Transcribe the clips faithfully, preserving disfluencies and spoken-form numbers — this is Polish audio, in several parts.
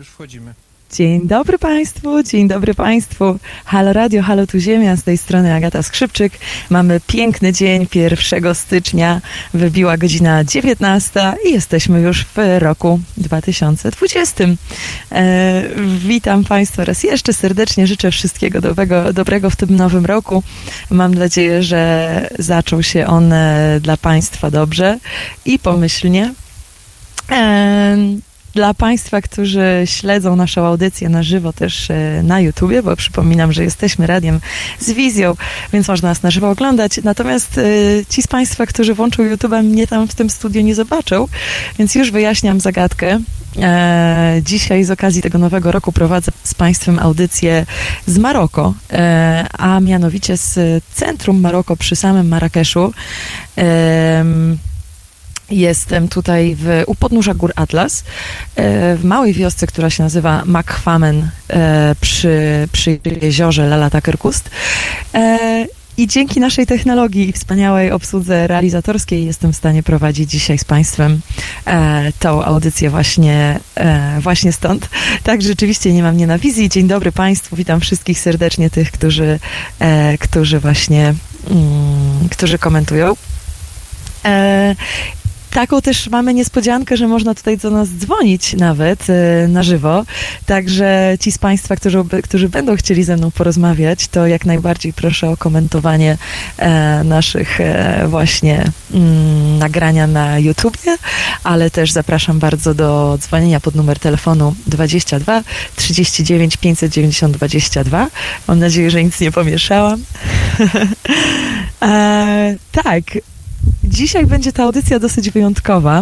Już wchodzimy. Dzień dobry Państwu, dzień dobry Państwu. Halo Radio, halo tu Ziemia, z tej strony Agata Skrzypczyk. Mamy piękny dzień, pierwszego stycznia, wybiła godzina dziewiętnasta i jesteśmy już w roku dwa tysiące dwudziestym. E, witam Państwa raz jeszcze serdecznie, życzę wszystkiego dobrego, dobrego w tym nowym roku. Mam nadzieję, że zaczął się on dla Państwa dobrze i pomyślnie. E, Dla Państwa, którzy śledzą naszą audycję na żywo też na YouTubie, bo przypominam, że jesteśmy radiem z wizją, więc można nas na żywo oglądać. Natomiast ci z Państwa, którzy włączą YouTube'a, mnie tam w tym studiu nie zobaczą, więc już wyjaśniam zagadkę. E, dzisiaj z okazji tego nowego roku prowadzę z Państwem audycję z Maroko, e, a mianowicie z centrum Maroko przy samym Marrakeszu. E, Jestem tutaj w, u podnóża Gór Atlas, w małej wiosce, która się nazywa Makfamen przy, przy jeziorze Lalata Kerkust. I dzięki naszej technologii i wspaniałej obsłudze realizatorskiej jestem w stanie prowadzić dzisiaj z Państwem e, tą audycję właśnie, e, właśnie stąd. Tak, rzeczywiście nie mam mnie na wizji. Dzień dobry Państwu, witam wszystkich serdecznie, tych, którzy, e, którzy właśnie, mm, którzy komentują. E, Taką też mamy niespodziankę, że można tutaj do nas dzwonić nawet e, na żywo. Także ci z Państwa, którzy, którzy będą chcieli ze mną porozmawiać, to jak najbardziej proszę o komentowanie e, naszych e, właśnie mm, nagrania na YouTubie, ale też zapraszam bardzo do dzwonienia pod numer telefonu dwadzieścia dwa trzydzieści dziewięć pięćset dziewięćdziesiąt dwadzieścia dwa. Mam nadzieję, że nic nie pomieszałam. e, tak. Dzisiaj będzie ta audycja dosyć wyjątkowa.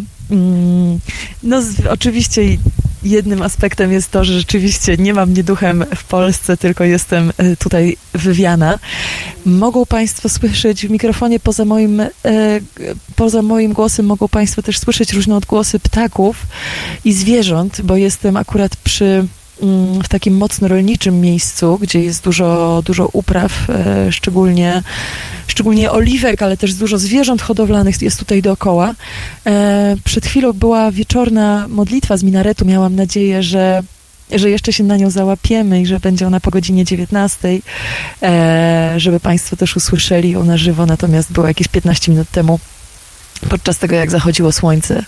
No z, oczywiście jednym aspektem jest to, że rzeczywiście nie mam nieduchem w Polsce, tylko jestem tutaj wywiana. Mogą Państwo słyszeć w mikrofonie poza moim, e, poza moim głosem, mogą Państwo też słyszeć różne odgłosy ptaków i zwierząt, bo jestem akurat przy w takim mocno rolniczym miejscu, gdzie jest dużo, dużo upraw, e, szczególnie, szczególnie oliwek, ale też dużo zwierząt hodowlanych jest tutaj dookoła. E, przed chwilą była wieczorna modlitwa z minaretu. Miałam nadzieję, że, że jeszcze się na nią załapiemy i że będzie ona po godzinie dziewiętnastej, e, żeby Państwo też usłyszeli ją na żywo, natomiast było jakieś piętnaście minut temu, podczas tego, jak zachodziło słońce.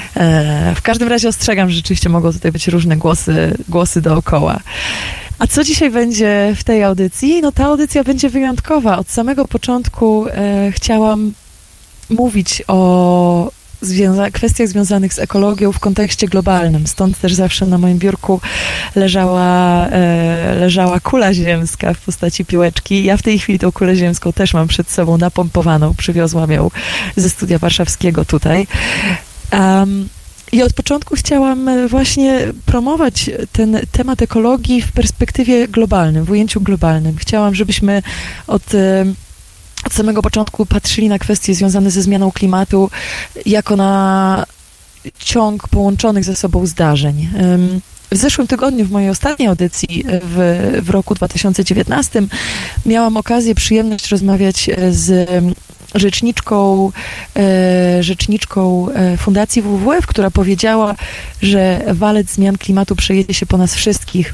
E, w każdym razie ostrzegam, że rzeczywiście mogą tutaj być różne głosy, głosy dookoła. A co dzisiaj będzie w tej audycji? No ta audycja będzie wyjątkowa. Od samego początku e, chciałam mówić o związa- kwestiach związanych z ekologią w kontekście globalnym. Stąd też zawsze na moim biurku leżała, e, leżała kula ziemska w postaci piłeczki. Ja w tej chwili tą kulę ziemską też mam przed sobą napompowaną. Przywiozłam ją ze studia warszawskiego tutaj. Um, I od początku chciałam właśnie promować ten temat ekologii w perspektywie globalnym, w ujęciu globalnym. Chciałam, żebyśmy od od samego początku patrzyli na kwestie związane ze zmianą klimatu jako na ciąg połączonych ze sobą zdarzeń. W zeszłym tygodniu, w mojej ostatniej audycji w, w roku dwa tysiące dziewiętnastym miałam okazję, przyjemność rozmawiać z rzeczniczką, rzeczniczką Fundacji W W F, która powiedziała, że walec zmian klimatu przejedzie się po nas wszystkich.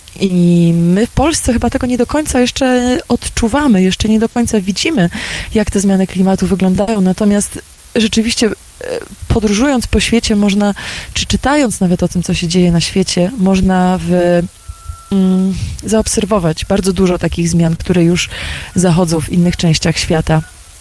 I my w Polsce chyba tego nie do końca jeszcze odczuwamy, jeszcze nie do końca widzimy, jak te zmiany klimatu wyglądają. Natomiast rzeczywiście podróżując po świecie można, czy czytając nawet o tym, co się dzieje na świecie, można w, mm, zaobserwować bardzo dużo takich zmian, które już zachodzą w innych częściach świata.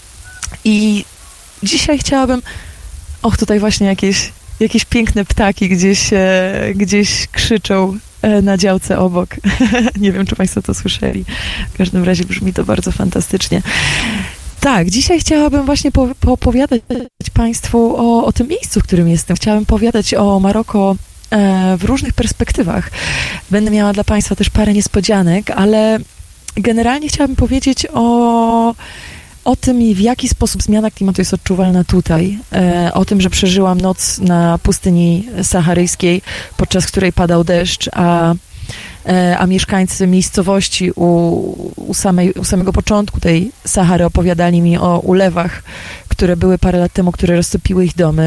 I dzisiaj chciałabym... Och, tutaj właśnie jakieś, jakieś piękne ptaki gdzieś, gdzieś krzyczą na działce obok. Nie wiem, czy Państwo to słyszeli. W każdym razie brzmi to bardzo fantastycznie. Tak, dzisiaj chciałabym właśnie po, poopowiadać Państwu o, o tym miejscu, w którym jestem. Chciałabym opowiadać o Maroko e, w różnych perspektywach. Będę miała dla Państwa też parę niespodzianek, ale generalnie chciałabym powiedzieć o... o tym, w jaki sposób zmiana klimatu jest odczuwalna tutaj, e, o tym, że przeżyłam noc na pustyni saharyjskiej, podczas której padał deszcz, a, e, a mieszkańcy miejscowości u, u, samej, u samego początku tej Sahary opowiadali mi o ulewach, które były parę lat temu, które roztopiły ich domy.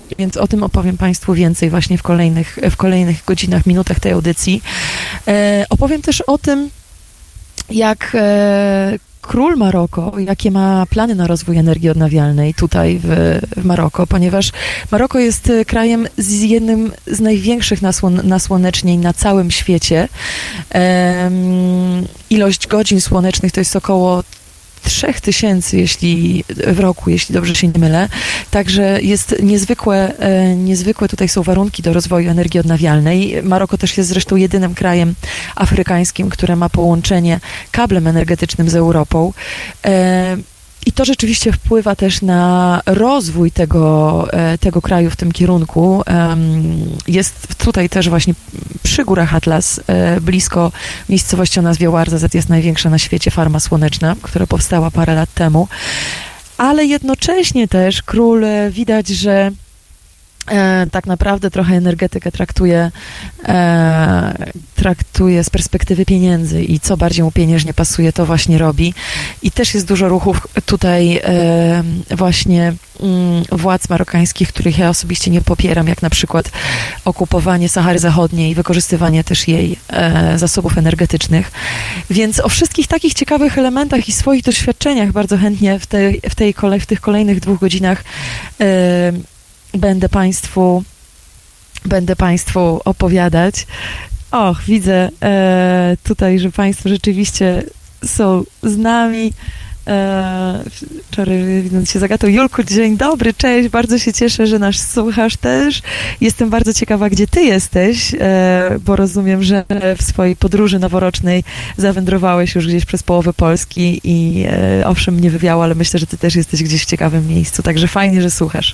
więc o tym opowiem Państwu więcej właśnie w kolejnych, w kolejnych godzinach, minutach tej audycji. E, opowiem też o tym, jak e, król Maroko, jakie ma plany na rozwój energii odnawialnej tutaj w, w Maroko, ponieważ Maroko jest krajem z jednym z największych nasłon, nasłonecznień na całym świecie. E, ilość godzin słonecznych to jest około trzech tysięcy, jeśli w roku, jeśli dobrze się nie mylę. Także jest niezwykłe, e, niezwykłe tutaj są warunki do rozwoju energii odnawialnej. Maroko też jest zresztą jedynym krajem afrykańskim, które ma połączenie kablem energetycznym z Europą. E, I to rzeczywiście wpływa też na rozwój tego, tego kraju w tym kierunku. Jest tutaj też właśnie przy górach Atlas, blisko miejscowości o nazwie Ouarzazate, jest największa na świecie farma słoneczna, która powstała parę lat temu. Ale jednocześnie też król widać, że E, tak naprawdę trochę energetykę traktuje, e, traktuje z perspektywy pieniędzy i co bardziej mu pieniężnie pasuje, to właśnie robi. I też jest dużo ruchów tutaj e, właśnie mm, władz marokańskich, których ja osobiście nie popieram, jak na przykład okupowanie Sahary Zachodniej i wykorzystywanie też jej e, zasobów energetycznych. Więc o wszystkich takich ciekawych elementach i swoich doświadczeniach bardzo chętnie w, tej, w, tej kolej, w tych kolejnych dwóch godzinach e, Będę Państwu, będę Państwu opowiadać. Och, widzę e, tutaj, że Państwo rzeczywiście są z nami. E, wczoraj widząc się z Agatą. Julku, dzień dobry, cześć, bardzo się cieszę, że nas słuchasz też. Jestem bardzo ciekawa, gdzie Ty jesteś, e, bo rozumiem, że w swojej podróży noworocznej zawędrowałeś już gdzieś przez połowę Polski i e, owszem, mnie wywiało, ale myślę, że Ty też jesteś gdzieś w ciekawym miejscu, także fajnie, że słuchasz.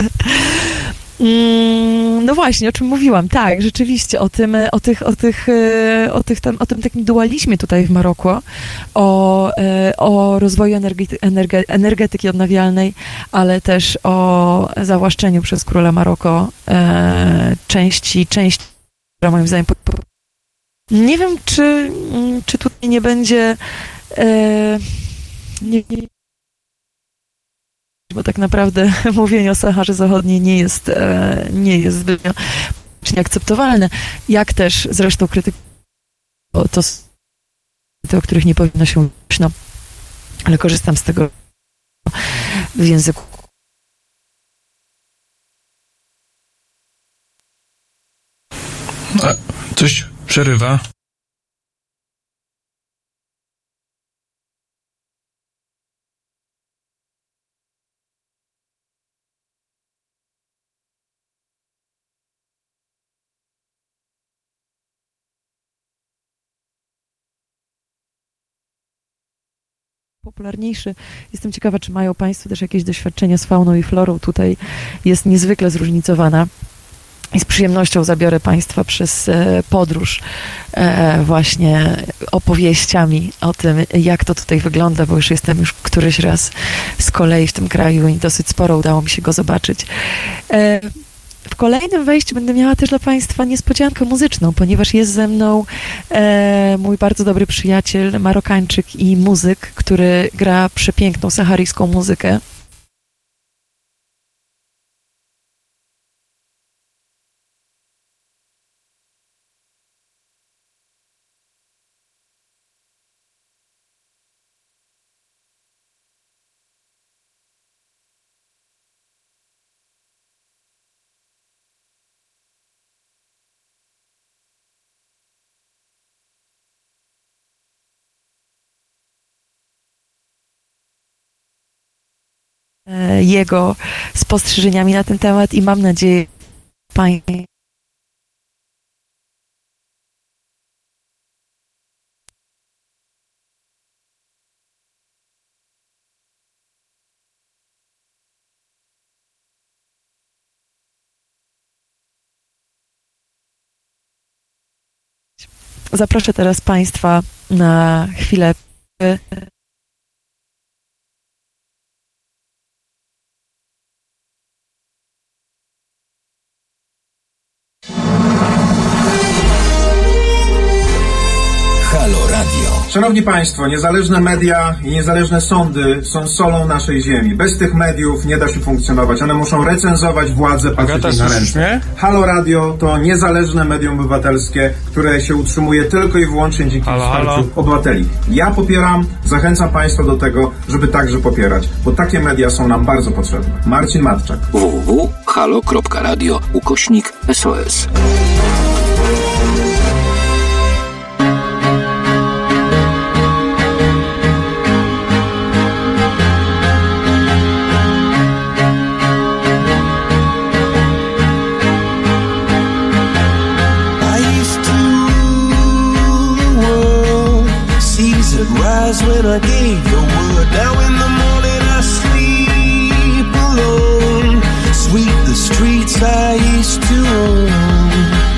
No właśnie, o czym mówiłam, tak, rzeczywiście o tym, o tych, o tych, o tych tam, o tym takim dualizmie tutaj w Maroko, o, o rozwoju energety, energe, energetyki odnawialnej, ale też o zawłaszczeniu przez króla Maroko e, części, części, która moim zdaniem nie wiem, czy, czy tutaj nie będzie e, nie, nie bo tak naprawdę mówienie o Saharze Zachodniej nie jest, e, nie jest zbytnio akceptowalne, jak też zresztą krytyk to, to, o których nie powinno się mówić, no, ale korzystam z tego w języku. A coś przerywa. Popularniejszy. Jestem ciekawa, czy mają Państwo też jakieś doświadczenia z fauną i florą. Tutaj jest niezwykle zróżnicowana i z przyjemnością zabiorę Państwa przez podróż właśnie opowieściami o tym, jak to tutaj wygląda, bo już jestem już któryś raz z kolei w tym kraju i dosyć sporo udało mi się go zobaczyć. W kolejnym wejściu będę miała też dla Państwa niespodziankę muzyczną, ponieważ jest ze mną e, mój bardzo dobry przyjaciel, Marokańczyk i muzyk, który gra przepiękną saharyjską muzykę. Jego spostrzeżeniami na ten temat i mam nadzieję, Pani zaproszę teraz Państwa na chwilę. Szanowni Państwo, niezależne media i niezależne sądy są solą naszej ziemi. Bez tych mediów nie da się funkcjonować. One muszą recenzować władzę, patrzeć na ręce. Halo Radio to niezależne medium obywatelskie, które się utrzymuje tylko i wyłącznie dzięki halo, wsparciu halo. obywateli. Ja popieram, zachęcam Państwa do tego, żeby także popierać, bo takie media są nam bardzo potrzebne. Marcin Matczak. w w w kropka halo kropka radio ukośnik S O S. When I gave the word, now in the morning I sleep alone, sweep the streets I used to own.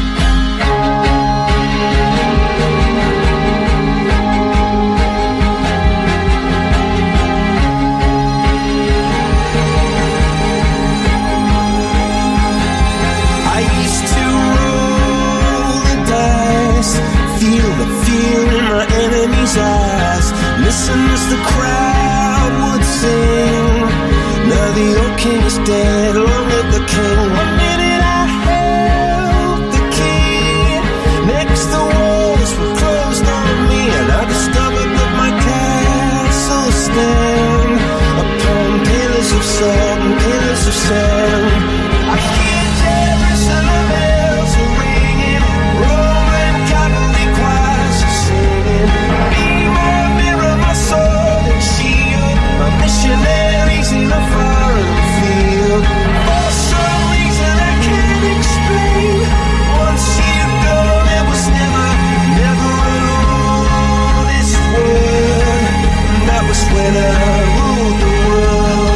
I used to roll the dice, feel the fear in my enemy's eyes, listen as the crowd would sing. Now the old king is dead, long live the king. One minute I held the key, next the walls were closed on me, and I discovered that my castle stand upon pillars of salt and pillars of sand. I hear Jerusalem bells are ringing, Roman cavalry choirs are singing. Be my mirror, my sword and shield, my missionaries in a foreign field. For some reason I can't explain, once you go there was never, never an honest word. And that was when I ruled the world.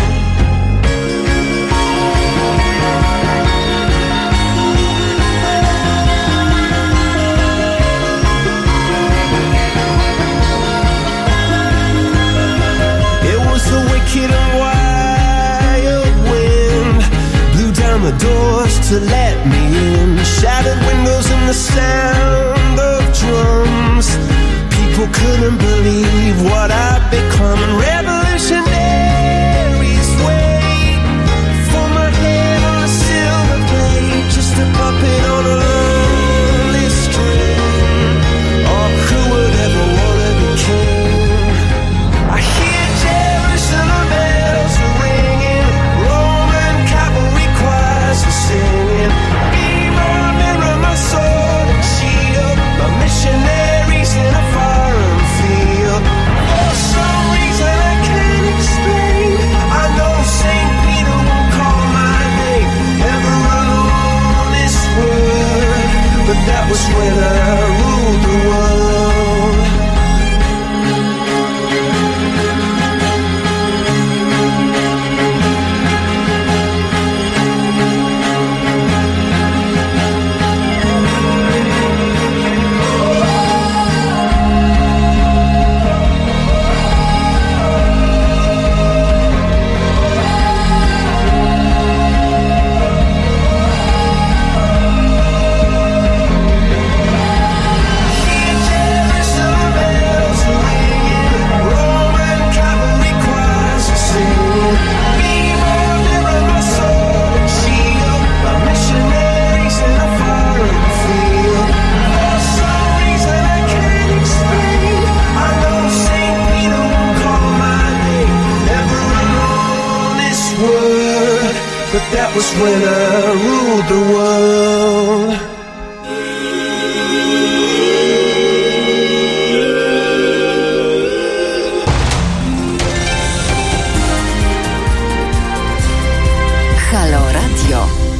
Wicked and wild wind blew down the doors to let me in, shattered windows and the sound of drums. People couldn't believe what I'd become, and revolutionaries wait for my head on a silver plate, just a puppet on a lonely string. Oh, who would ever want to be king? I hear Jerusalem bells are ringing, Roman cavalry choirs are singing. Be my mirror, my sword and shield, my missionaries in a foreign field. For some reason I can't explain, I know Saint Peter won't call my name, never an honest word, but that was when I ruled the world. But that was when I ruled the world. Halo Radio.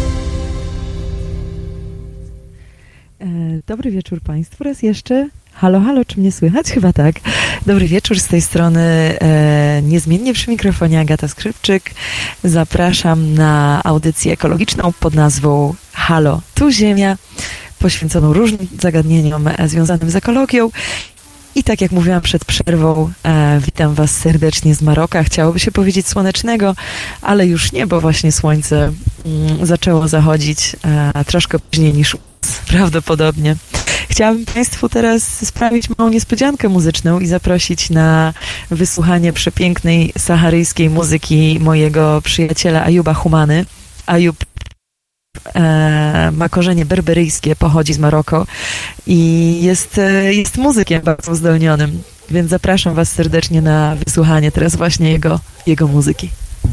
Dobry wieczór Państwu. Raz jeszcze. Halo, halo, czy mnie słychać? Chyba tak. Dobry wieczór, z tej strony e, niezmiennie przy mikrofonie Agata Skrzypczyk. Zapraszam na audycję ekologiczną pod nazwą Halo, tu Ziemia, poświęconą różnym zagadnieniom związanym z ekologią. I tak jak mówiłam przed przerwą, e, witam Was serdecznie z Maroka. Chciałoby się powiedzieć słonecznego, ale już nie, bo właśnie słońce mm, zaczęło zachodzić e, troszkę później niż u nas, prawdopodobnie. Chciałabym Państwu teraz sprawić małą niespodziankę muzyczną i zaprosić na wysłuchanie przepięknej saharyjskiej muzyki mojego przyjaciela Ajuba Humany. Ajub e, ma korzenie berberyjskie, pochodzi z Maroko i jest, e, jest muzykiem bardzo uzdolnionym, więc zapraszam Was serdecznie na wysłuchanie teraz właśnie jego, jego muzyki.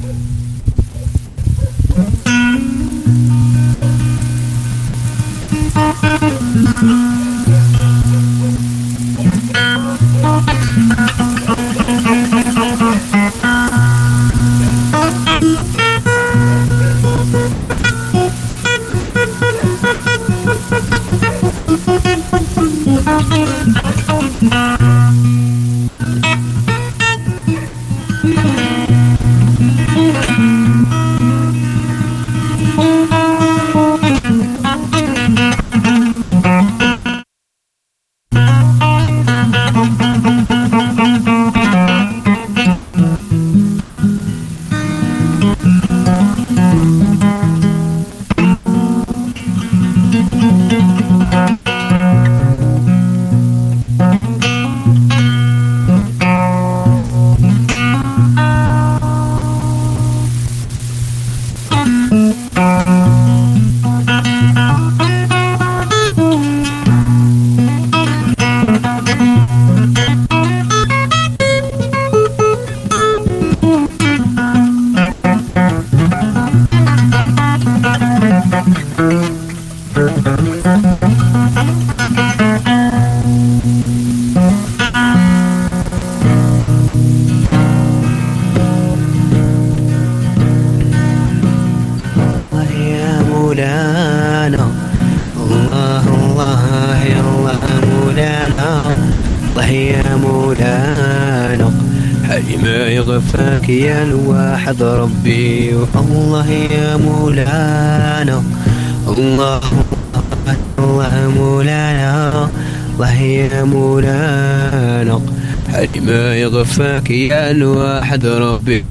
يا الواحد ربي الله يا مولانا الله الله مولانا الله يا مولانا حد ما يغفاك يا الواحد ربي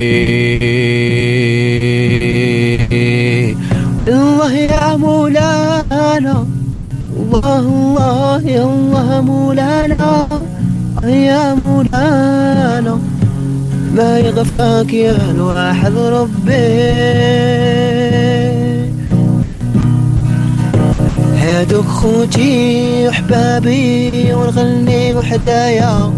الله يا مولانا الله الله يا الله مولانا يا مولانا ما يغفاك يا الواحد ربي هادوك خوتي وحبابي ونغني وحدايا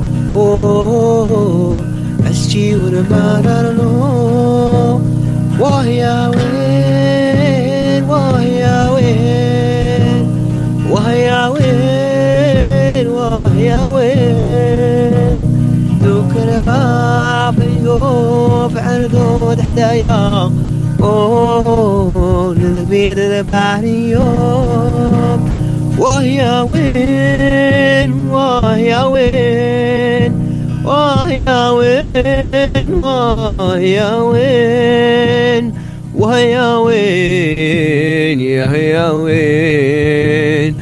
عشتي ورمانارنو واه يا وين واه يا وين واه يا وين واه يا وين ذكرها بيوب عرضو تحتايا اوه للبيد ذبحني يوم ويا وين ويا وين ويا وين ويا وين ويا وين يا يا وين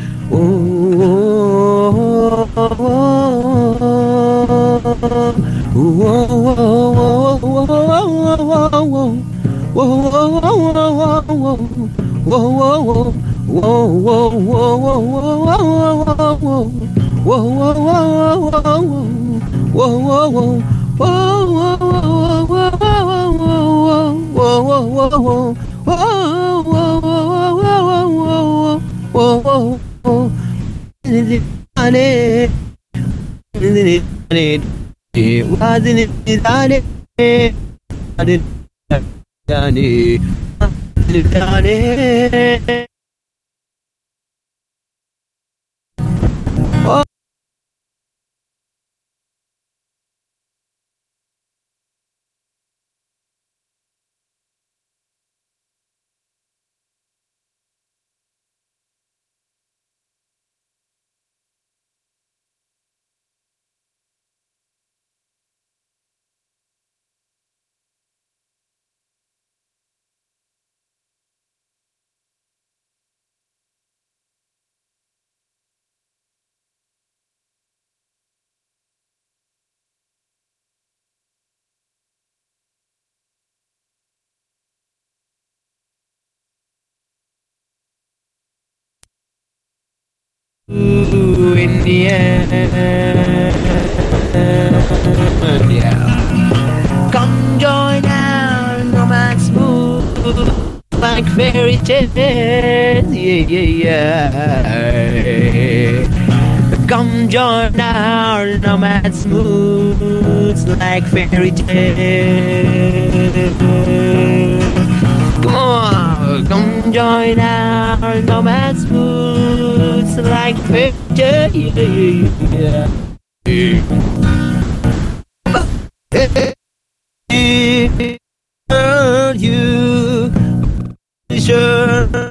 وادني داني داني داني in the end. Yeah. Come join our nomads move like fairy tales. Yeah, yeah, yeah. Come join our nomads moods like fairy tales. Come on, come join our nomads moods like fairy tales. Yeah. You sure.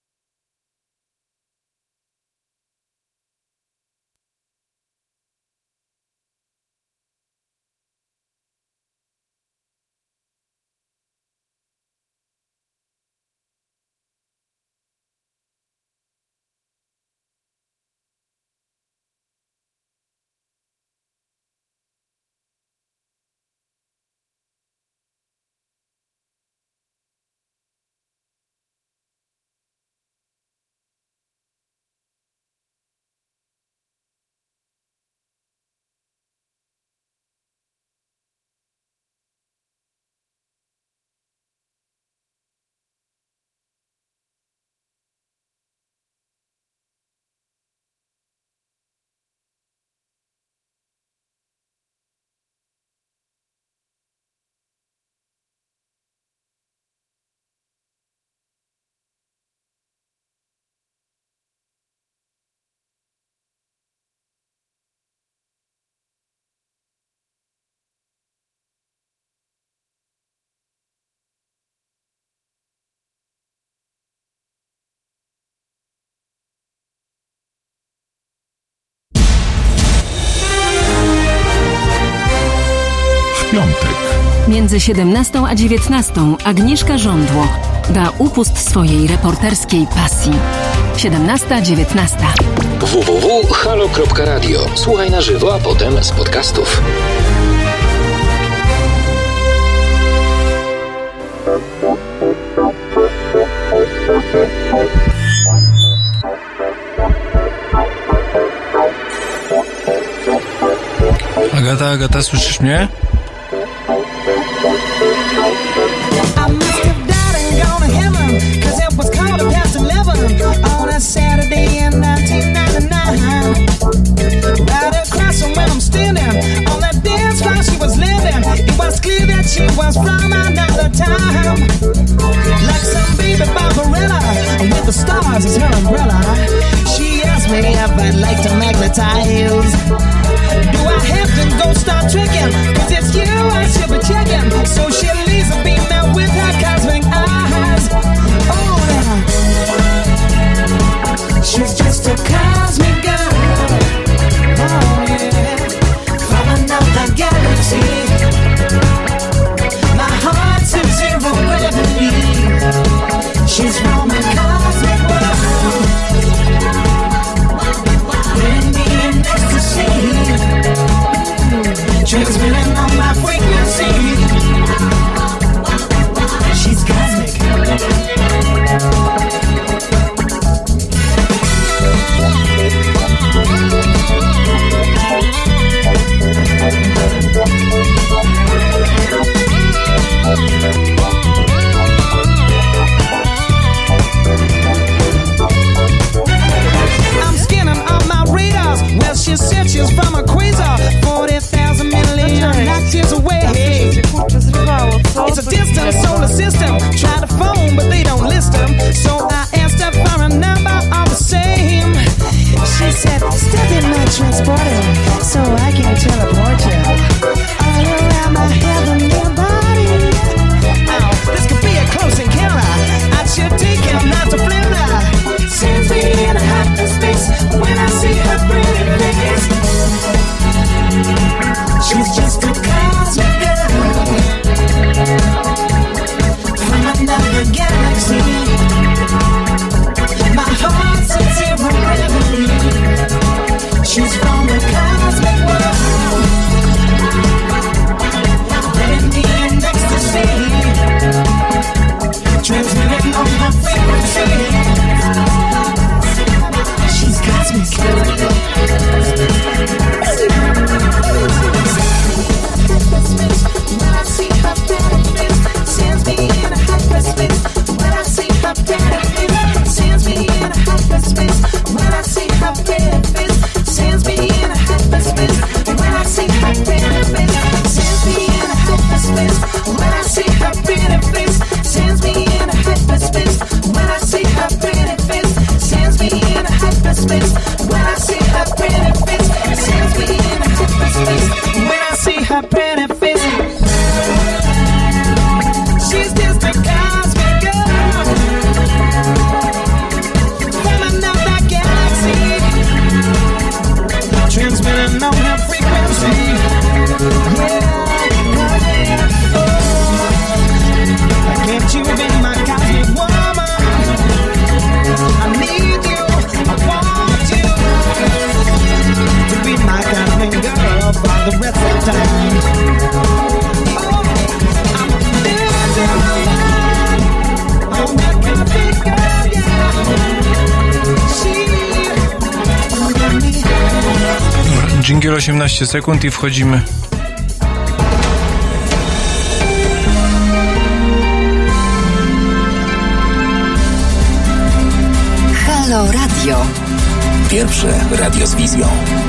Piątek. Między siedemnastą a dziewiętnastą Agnieszka Żądło da upust swojej reporterskiej pasji. siedemnasta dziewiętnasta. w w w kropka halo kropka radio. Słuchaj na żywo, a potem z podcastów. Agata, Agata, słyszysz mnie? Saturday in nineteen ninety-nine, right across from where I'm standing, on that dance floor she was living. It was clear that she was from another time, like some baby Barbarella with the stars as her umbrella. She asked me if I'd like to magnetize. Do I have to go start tricking? Cause it's you I should be checking. So she laser beam now with her cosmic eyes. Oh now she's just a cosmic girl, oh yeah, from another galaxy. My heart's in zero gravity. She's from a cosmic world, putting me in ecstasy, transmitting on my frequency. She's cosmic. Dżingiel osiemnaście sekund i wchodzimy. Halo Radio. Pierwsze radio z wizją.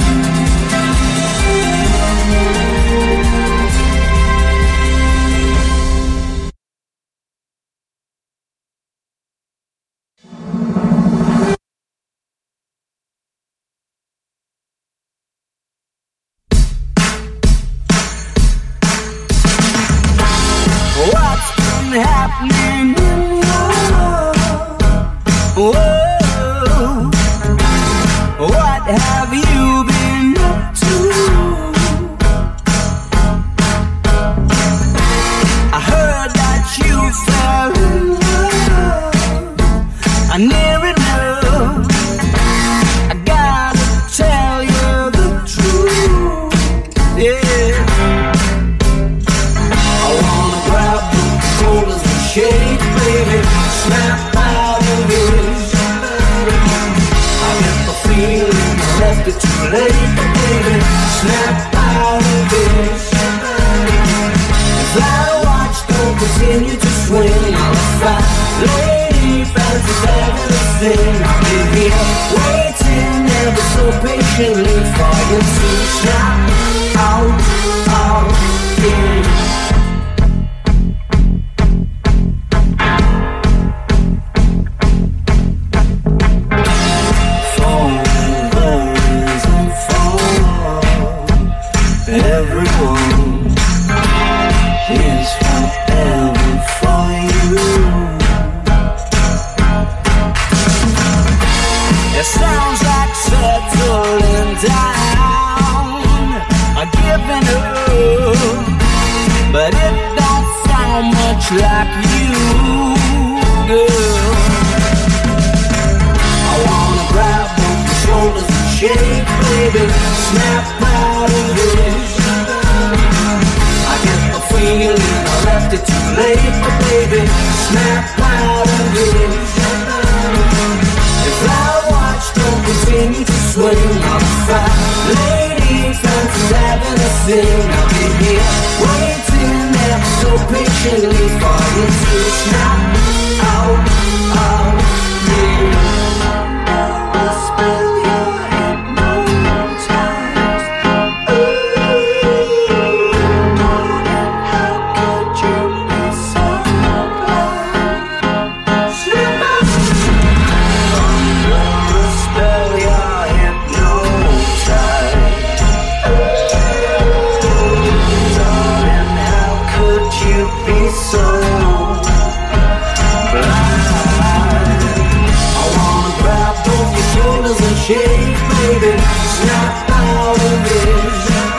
Happening in your world. What have you been up to? I heard that you fell in love. I never knew. I gotta tell you the truth. Yeah. I wanna grab the shoulders and shake, baby. Snap out of it. I get the feeling I left it too late, but baby, snap out of it. If I watch, don't continue to swing. I'm a fat lady, fancy having a thing. I'll be here waiting ever so patiently for you to snap out of it. Everyone is forever for you. It sounds like settling down, or giving up, but it don't sound much like you, girl. I wanna grab both your shoulders and shake, baby, snap out of it. Feeling I left it too late, but baby, snap out of it. If I watch, don't continue to swing. I'm a fat lady, fancy having a thing. I'll be here waiting ever so patiently for you to snap out of it. Spell your hypnotized. So blind. I wanna grab both your shoulders and shake, baby, snap out of it.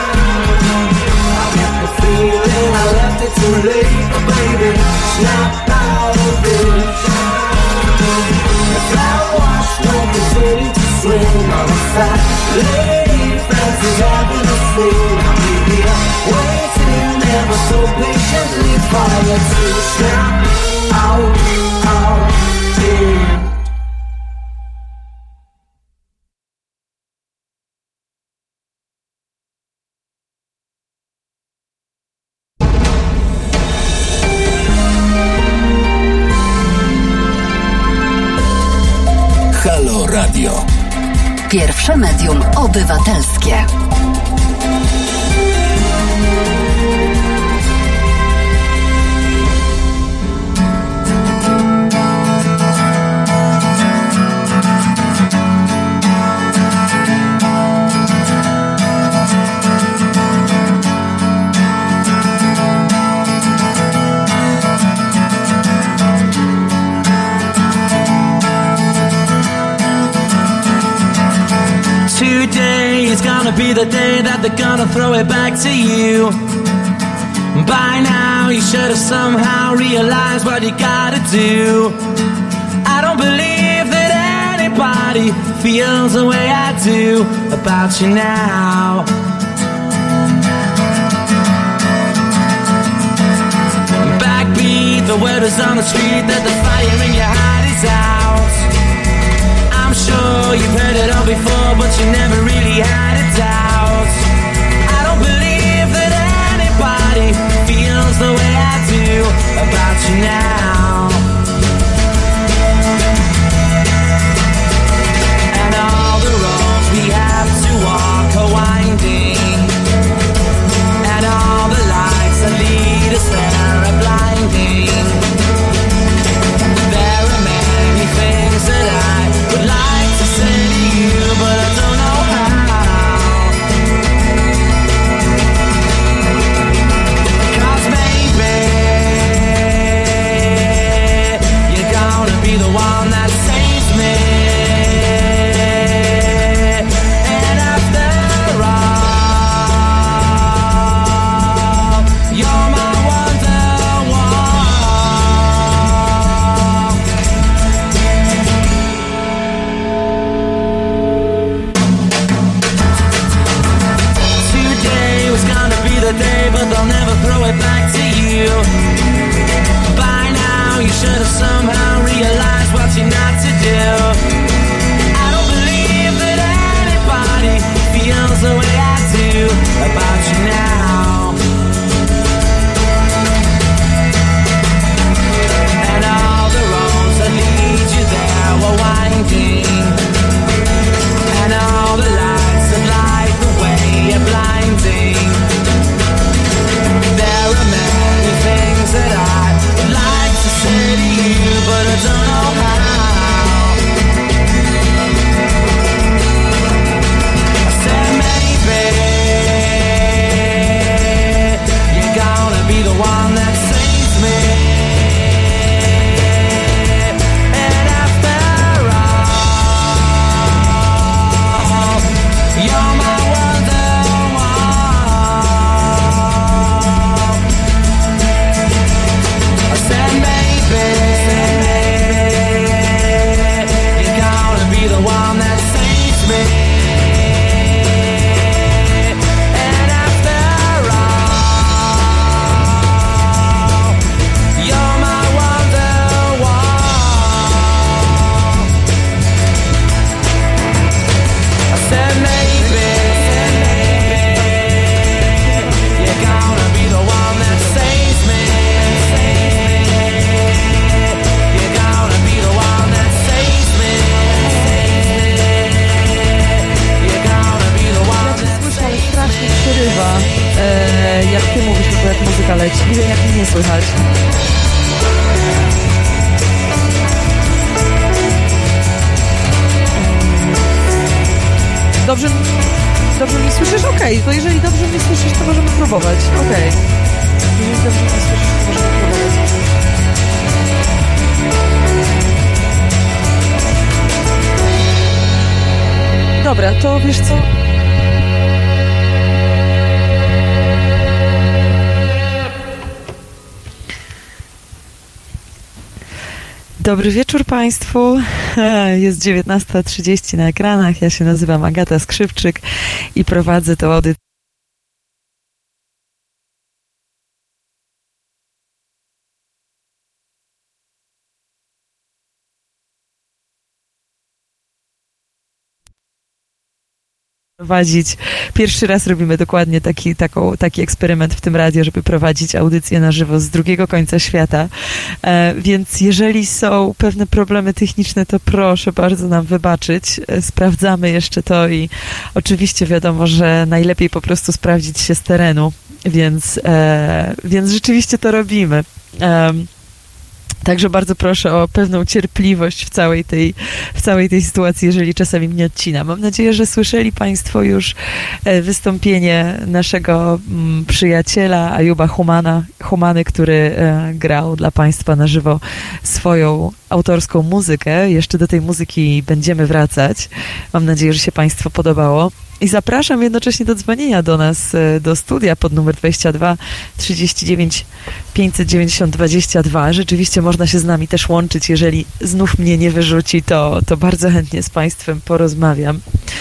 I get the feeling I left it too late, but baby, snap out of it. If I watch, don't continue to swing. I'm a fat lady, fancy having a thing. I'll be here waiting ever so patiently for you to snap out of it. Halo Radio. Pierwsze medium obywatelskie. Today is gonna be the day that they're gonna throw it back to you. By now you should have somehow realized what you gotta do. I don't believe that anybody feels the way I do about you now. Backbeat, the word is on the street that the fire in your heart is out. I'm sure you've heard it all before, but you never really had a doubt. słyszysz? Okej, okay. To jeżeli dobrze mnie słyszysz, to możemy próbować. Okej. Okay. Jeżeli dobrze mnie słyszysz, to możemy próbować. Dobra, to wiesz co? Dobry wieczór Państwu. Jest dziewiętnasta trzydzieści na ekranach. Ja się nazywam Agata Skrzypczyk i prowadzę tę audycję. Prowadzić. Pierwszy raz robimy dokładnie taki, taką, taki eksperyment w tym radiu, żeby prowadzić audycję na żywo z drugiego końca świata. E, więc jeżeli są pewne problemy techniczne, to proszę bardzo nam wybaczyć. E, sprawdzamy jeszcze to i oczywiście wiadomo, że najlepiej po prostu sprawdzić się z terenu, więc, e, więc rzeczywiście to robimy. E, Także bardzo proszę o pewną cierpliwość w całej tej, w całej tej sytuacji, jeżeli czasami mnie odcina. Mam nadzieję, że słyszeli Państwo już wystąpienie naszego przyjaciela Ajuba Humana, Humany, który grał dla Państwa na żywo swoją autorską muzykę. Jeszcze do tej muzyki będziemy wracać. Mam nadzieję, że się Państwu podobało. I zapraszam jednocześnie do dzwonienia do nas, do studia pod numer dwadzieścia dwa trzydzieści dziewięć pięćset dziewięćdziesiąt dwadzieścia dwa. Rzeczywiście można się z nami też łączyć. Jeżeli znów mnie nie wyrzuci, to, to bardzo chętnie z Państwem porozmawiam.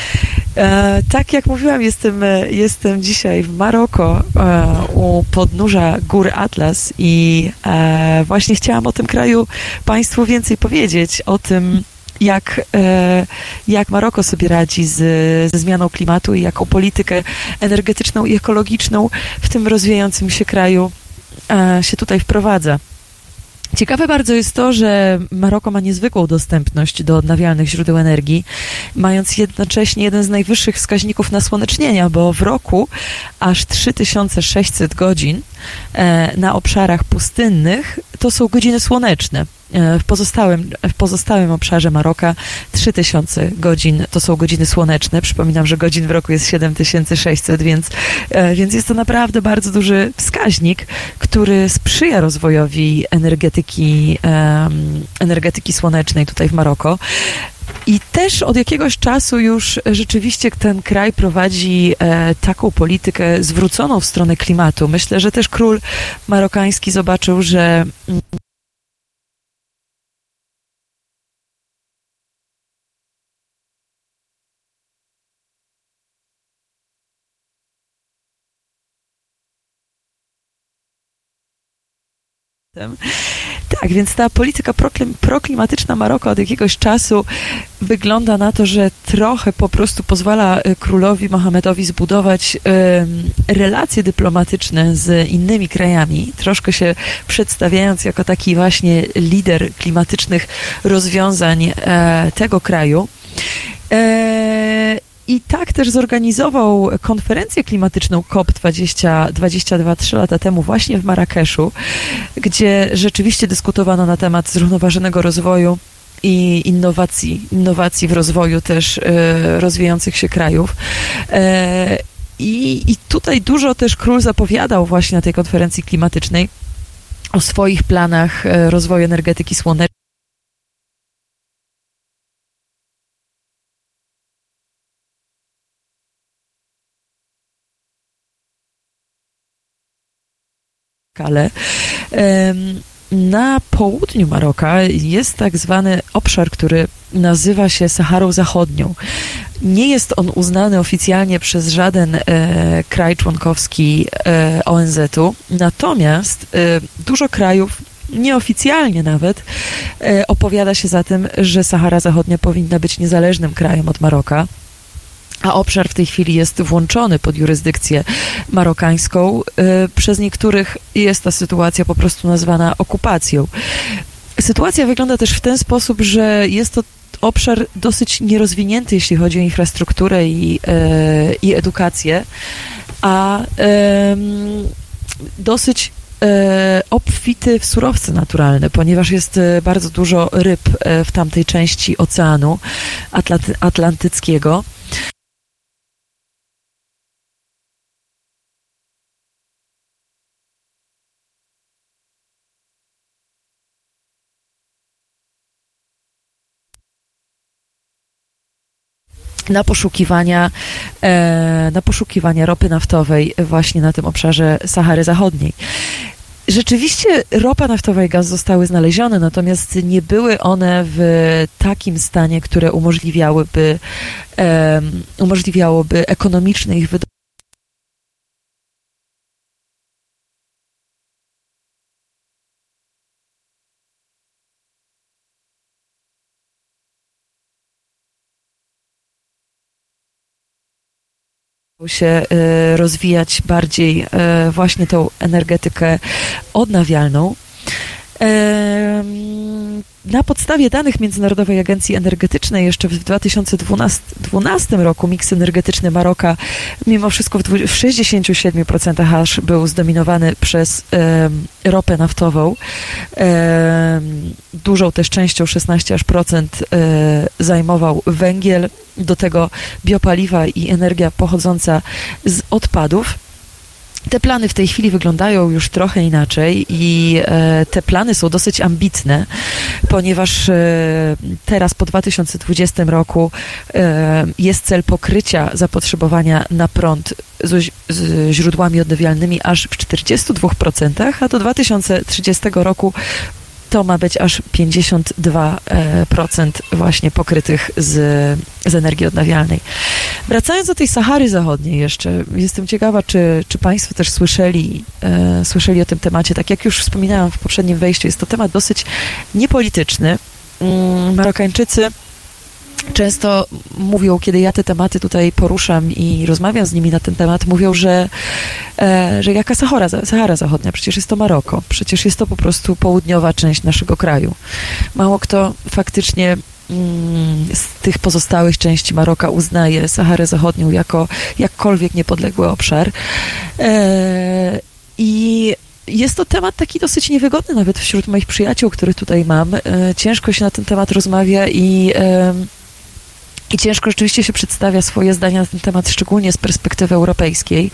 E, tak jak mówiłam, jestem, jestem dzisiaj w Maroko e, u podnóża gór Atlas i e, właśnie chciałam o tym kraju Państwu więcej powiedzieć, o tym, jak, e, jak Maroko sobie radzi z, ze zmianą klimatu i jaką politykę energetyczną i ekologiczną w tym rozwijającym się kraju e, się tutaj wprowadza. Ciekawe bardzo jest to, że Maroko ma niezwykłą dostępność do odnawialnych źródeł energii, mając jednocześnie jeden z najwyższych wskaźników nasłonecznienia, bo w roku aż trzy tysiące sześćset godzin e, na obszarach pustynnych to są godziny słoneczne. W pozostałym, w pozostałym obszarze Maroka trzy tysiące godzin to są godziny słoneczne. Przypominam, że godzin w roku jest siedem tysięcy sześćset, więc, więc jest to naprawdę bardzo duży wskaźnik, który sprzyja rozwojowi energetyki, um, energetyki słonecznej tutaj w Maroko. I też od jakiegoś czasu już rzeczywiście ten kraj prowadzi e, taką politykę zwróconą w stronę klimatu. Myślę, że też król marokański zobaczył, że Tak, więc ta polityka proklim, proklimatyczna Maroka od jakiegoś czasu wygląda na to, że trochę po prostu pozwala królowi Mohamedowi zbudować y, relacje dyplomatyczne z innymi krajami, troszkę się przedstawiając jako taki właśnie lider klimatycznych rozwiązań e, tego kraju. E, I tak też zorganizował konferencję klimatyczną COP dwadzieścia dwa trzy lata temu właśnie w Marrakeszu, gdzie rzeczywiście dyskutowano na temat zrównoważonego rozwoju i innowacji, innowacji w rozwoju też e, rozwijających się krajów. E, i, I tutaj dużo też król zapowiadał właśnie na tej konferencji klimatycznej o swoich planach e, rozwoju energetyki słonecznej. Ale na południu Maroka jest tak zwany obszar, który nazywa się Saharą Zachodnią. Nie jest on uznany oficjalnie przez żaden e, kraj członkowski e, O N Z u, natomiast e, dużo krajów nieoficjalnie nawet e, opowiada się za tym, że Sahara Zachodnia powinna być niezależnym krajem od Maroka. A obszar w tej chwili jest włączony pod jurysdykcję marokańską. Przez niektórych jest ta sytuacja po prostu nazwana okupacją. Sytuacja wygląda też w ten sposób, że jest to obszar dosyć nierozwinięty, jeśli chodzi o infrastrukturę i, i edukację, a dosyć obfity w surowce naturalne, ponieważ jest bardzo dużo ryb w tamtej części oceanu atlantyckiego. na poszukiwania, e, na poszukiwania ropy naftowej właśnie na tym obszarze Sahary Zachodniej. Rzeczywiście ropa naftowa i gaz zostały znalezione, natomiast nie były one w takim stanie, które umożliwiałyby, e, umożliwiałoby ekonomiczne ich wydobycie. się rozwijać bardziej właśnie tą energetykę odnawialną. Na podstawie danych Międzynarodowej Agencji Energetycznej jeszcze w dwa tysiące dwunastym roku miks energetyczny Maroka mimo wszystko w sześćdziesiąt siedem procent aż był zdominowany przez e, ropę naftową. E, dużą też częścią, szesnaście procent e, zajmował węgiel, do tego biopaliwa i energia pochodząca z odpadów. Te plany w tej chwili wyglądają już trochę inaczej i e, te plany są dosyć ambitne, ponieważ e, teraz po dwa tysiące dwudziestym roku e, jest cel pokrycia zapotrzebowania na prąd z, z źródłami odnawialnymi aż w czterdziestu dwóch procentach, a do dwa tysiące trzydziestego roku to ma być aż pięćdziesiąt dwa procent właśnie pokrytych z, z energii odnawialnej. Wracając do tej Sahary Zachodniej jeszcze, jestem ciekawa, czy, czy Państwo też słyszeli, e, słyszeli o tym temacie. Tak jak już wspominałam w poprzednim wejściu, jest to temat dosyć niepolityczny. Mm, Marokańczycy często mówią, kiedy ja te tematy tutaj poruszam i rozmawiam z nimi na ten temat, mówią, że, e, że jaka Sahara, Sahara Zachodnia, przecież jest to Maroko, przecież jest to po prostu południowa część naszego kraju. Mało kto faktycznie mm, z tych pozostałych części Maroka uznaje Saharę Zachodnią jako jakkolwiek niepodległy obszar. E, I jest to temat taki dosyć niewygodny nawet wśród moich przyjaciół, których tutaj mam. E, ciężko się na ten temat rozmawia i e, I ciężko rzeczywiście się przedstawia swoje zdania na ten temat, szczególnie z perspektywy europejskiej,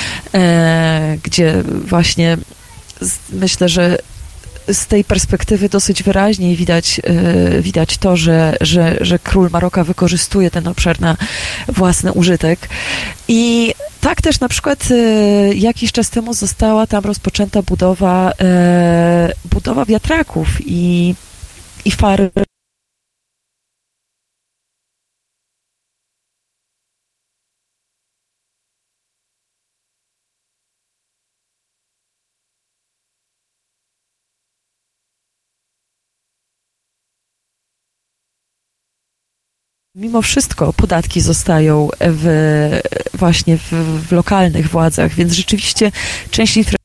e, gdzie właśnie z, myślę, że z tej perspektywy dosyć wyraźnie widać, e, widać to, że, że, że król Maroka wykorzystuje ten obszar na własny użytek. I tak też na przykład e, jakiś czas temu została tam rozpoczęta budowa, e, budowa wiatraków i, i far. Mimo wszystko podatki zostają w, właśnie w, w lokalnych władzach, więc rzeczywiście część infrastruktury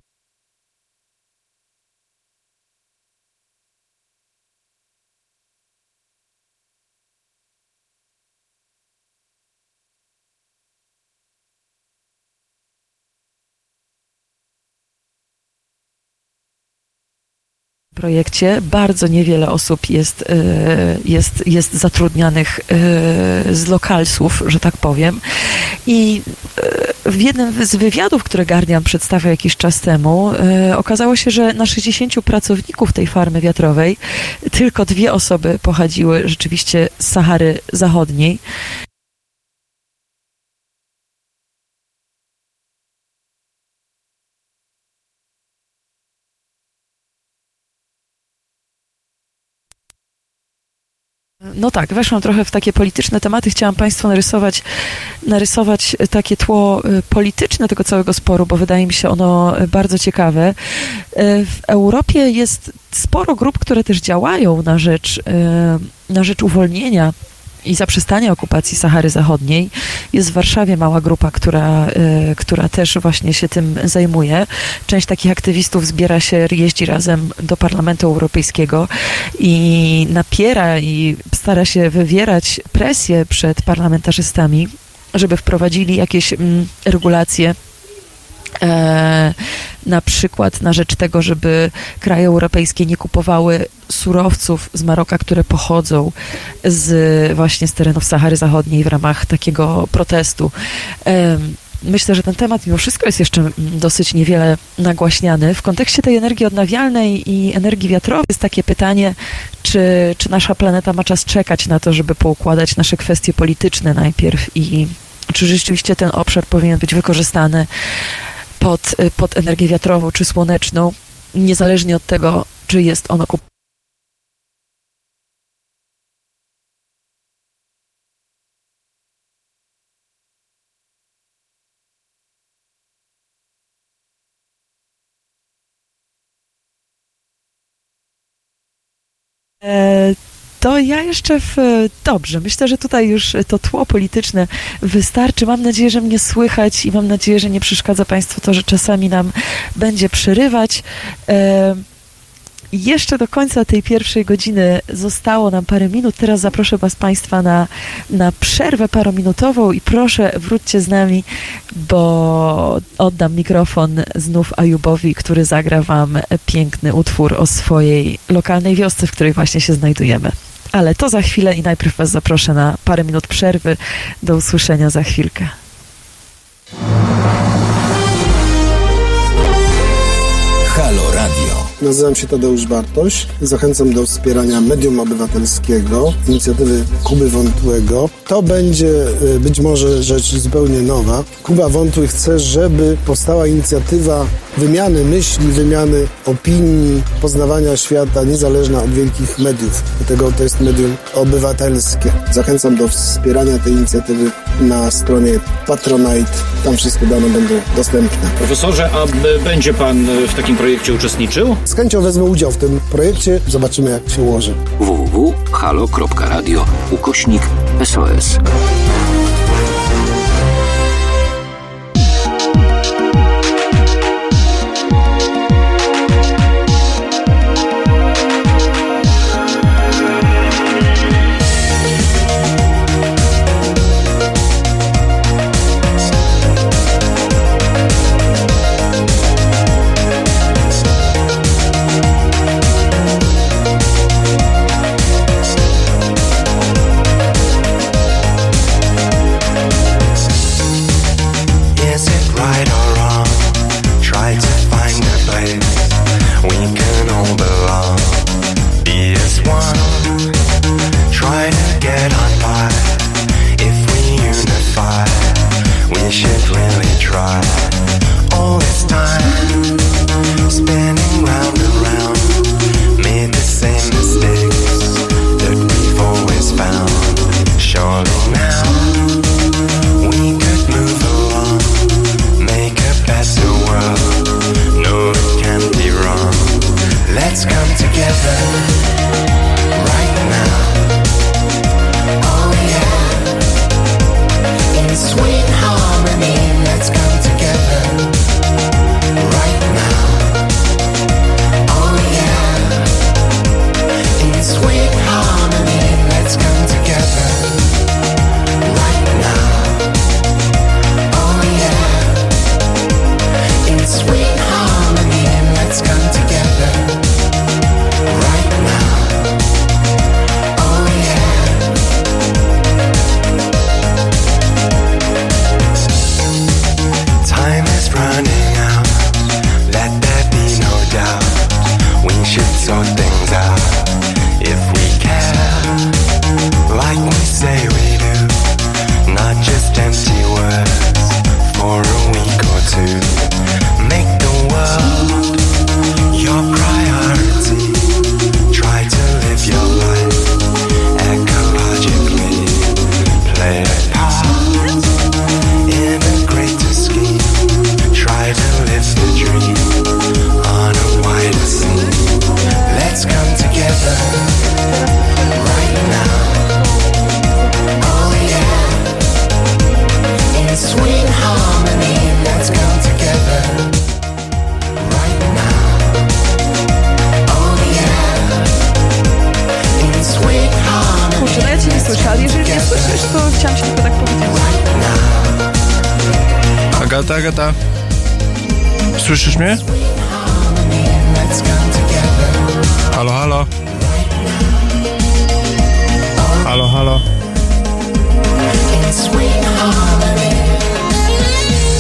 projekcie bardzo niewiele osób jest, jest, jest zatrudnianych z lokalsów, że tak powiem. I w jednym z wywiadów, które Guardian przedstawiał jakiś czas temu, okazało się, że na sześćdziesięciu pracowników tej farmy wiatrowej tylko dwie osoby pochodziły rzeczywiście z Sahary Zachodniej. No tak, weszłam trochę w takie polityczne tematy. Chciałam Państwu narysować, narysować takie tło polityczne tego całego sporu, bo wydaje mi się ono bardzo ciekawe. W Europie jest sporo grup, które też działają na rzecz, na rzecz uwolnienia i zaprzestania okupacji Sahary Zachodniej. Jest w Warszawie mała grupa, która, y, która też właśnie się tym zajmuje. Część takich aktywistów zbiera się, jeździ razem do Parlamentu Europejskiego i napiera i stara się wywierać presję przed parlamentarzystami, żeby wprowadzili jakieś mm, regulacje E, na przykład na rzecz tego, żeby kraje europejskie nie kupowały surowców z Maroka, które pochodzą z właśnie z terenów Sahary Zachodniej w ramach takiego protestu. E, myślę, że ten temat mimo wszystko jest jeszcze dosyć niewiele nagłaśniany. W kontekście tej energii odnawialnej i energii wiatrowej jest takie pytanie, czy, czy nasza planeta ma czas czekać na to, żeby poukładać nasze kwestie polityczne najpierw i czy rzeczywiście ten obszar powinien być wykorzystany pod, pod energię wiatrową czy słoneczną, niezależnie od tego, czy jest on okupowany. To ja jeszcze w... Dobrze, myślę, że tutaj już to tło polityczne wystarczy. Mam nadzieję, że mnie słychać i mam nadzieję, że nie przeszkadza Państwu to, że czasami nam będzie przerywać. E... Jeszcze do końca tej pierwszej godziny zostało nam parę minut. Teraz zaproszę Was Państwa na, na przerwę parominutową i proszę wróćcie z nami, bo oddam mikrofon znów Ajubowi, który zagra Wam piękny utwór o swojej lokalnej wiosce, w której właśnie się znajdujemy. Ale to za chwilę i najpierw Was zaproszę na parę minut przerwy. Do usłyszenia za chwilkę. Halo Radio. Nazywam się Tadeusz Bartoś. Zachęcam do wspierania medium obywatelskiego, inicjatywy Kuby Wątłego. To będzie być może rzecz zupełnie nowa. Kuba Wątły chce, żeby powstała inicjatywa wymiany myśli, wymiany opinii, poznawania świata, niezależna od wielkich mediów. Dlatego to jest medium obywatelskie. Zachęcam do wspierania tej inicjatywy na stronie Patronite. Tam wszystkie dane będą dostępne. Profesorze, a będzie pan w takim projekcie uczestniczył? Z chęcią wezmę udział w tym projekcie. Zobaczymy, jak się ułoży. w w w kropka halo kropka radio ukośnik S O S. Agata, Agata. Słyszysz mnie? Halo, halo. Halo, halo.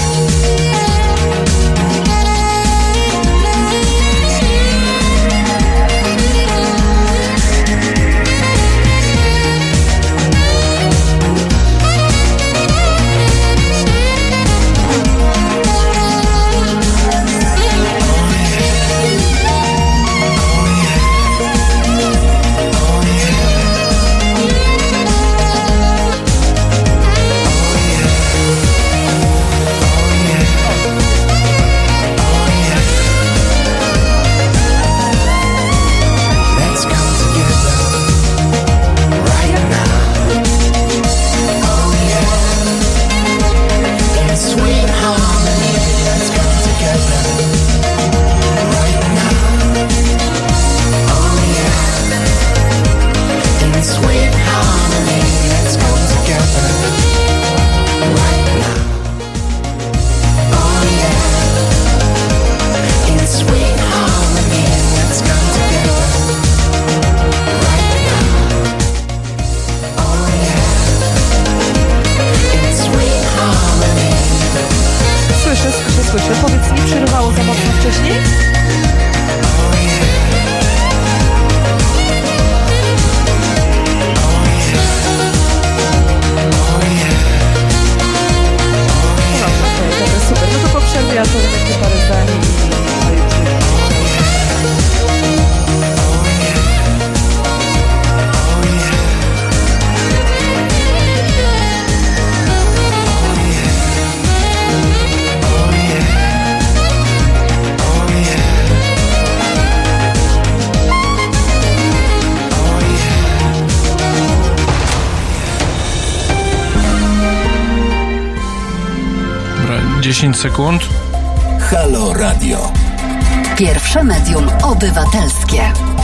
dziesięć sekund. Halo Radio. Pierwsze medium obywatelskie.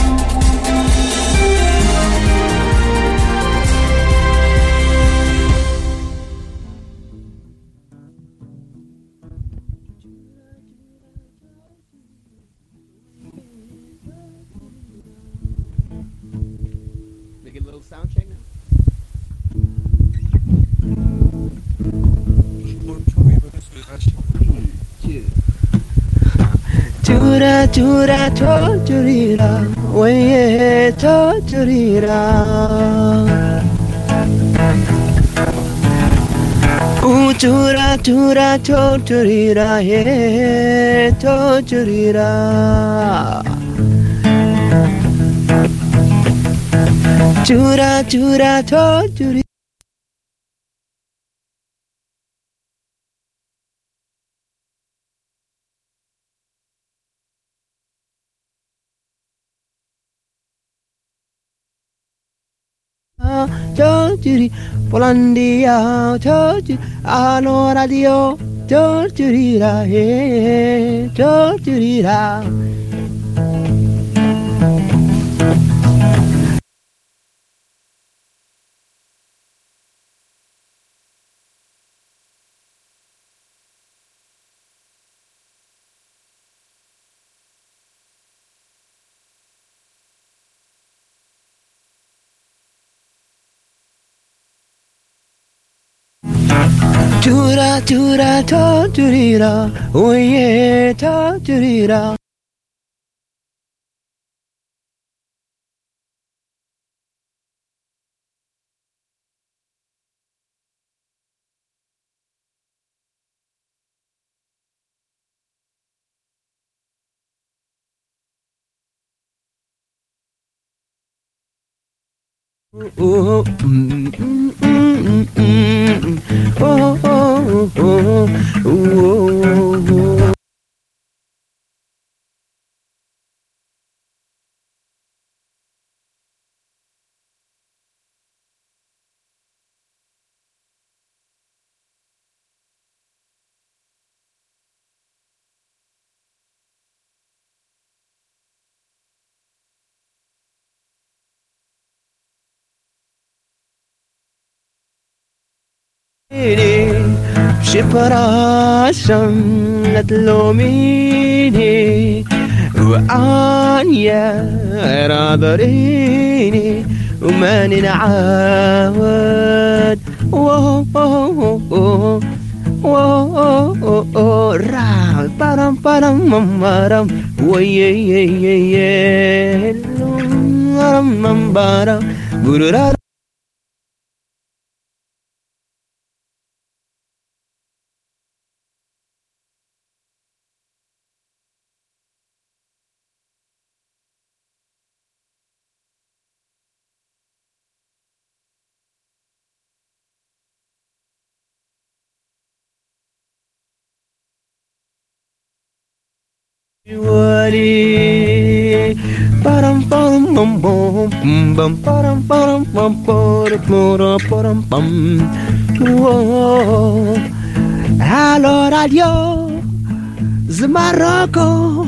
Chura chura chorira, oye chorira. U chura chura chorira, ye chorira. Chura chura chorira. Chorchuri, Polandia, chorchuri, Halo Radio, chorchurira, hey, chorchurira. Chura chura chorchurira, oye chorchurira. Oh, mm, mm, mm, mm, oh, oh, oh, oh, oh. Przepraszam na tlomini وعنيا راضريني وماني نعاود ووو ووو ووو را بارم بارم ممارم ويييييي لوم ممبارم برورا. Param param pam pam pam param param pam param param pam. Halo Radio z Maroko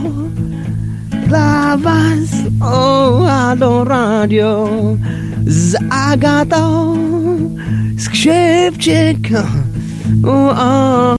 dla was. O, Halo Radio z Agatą Skrzypczyk. O,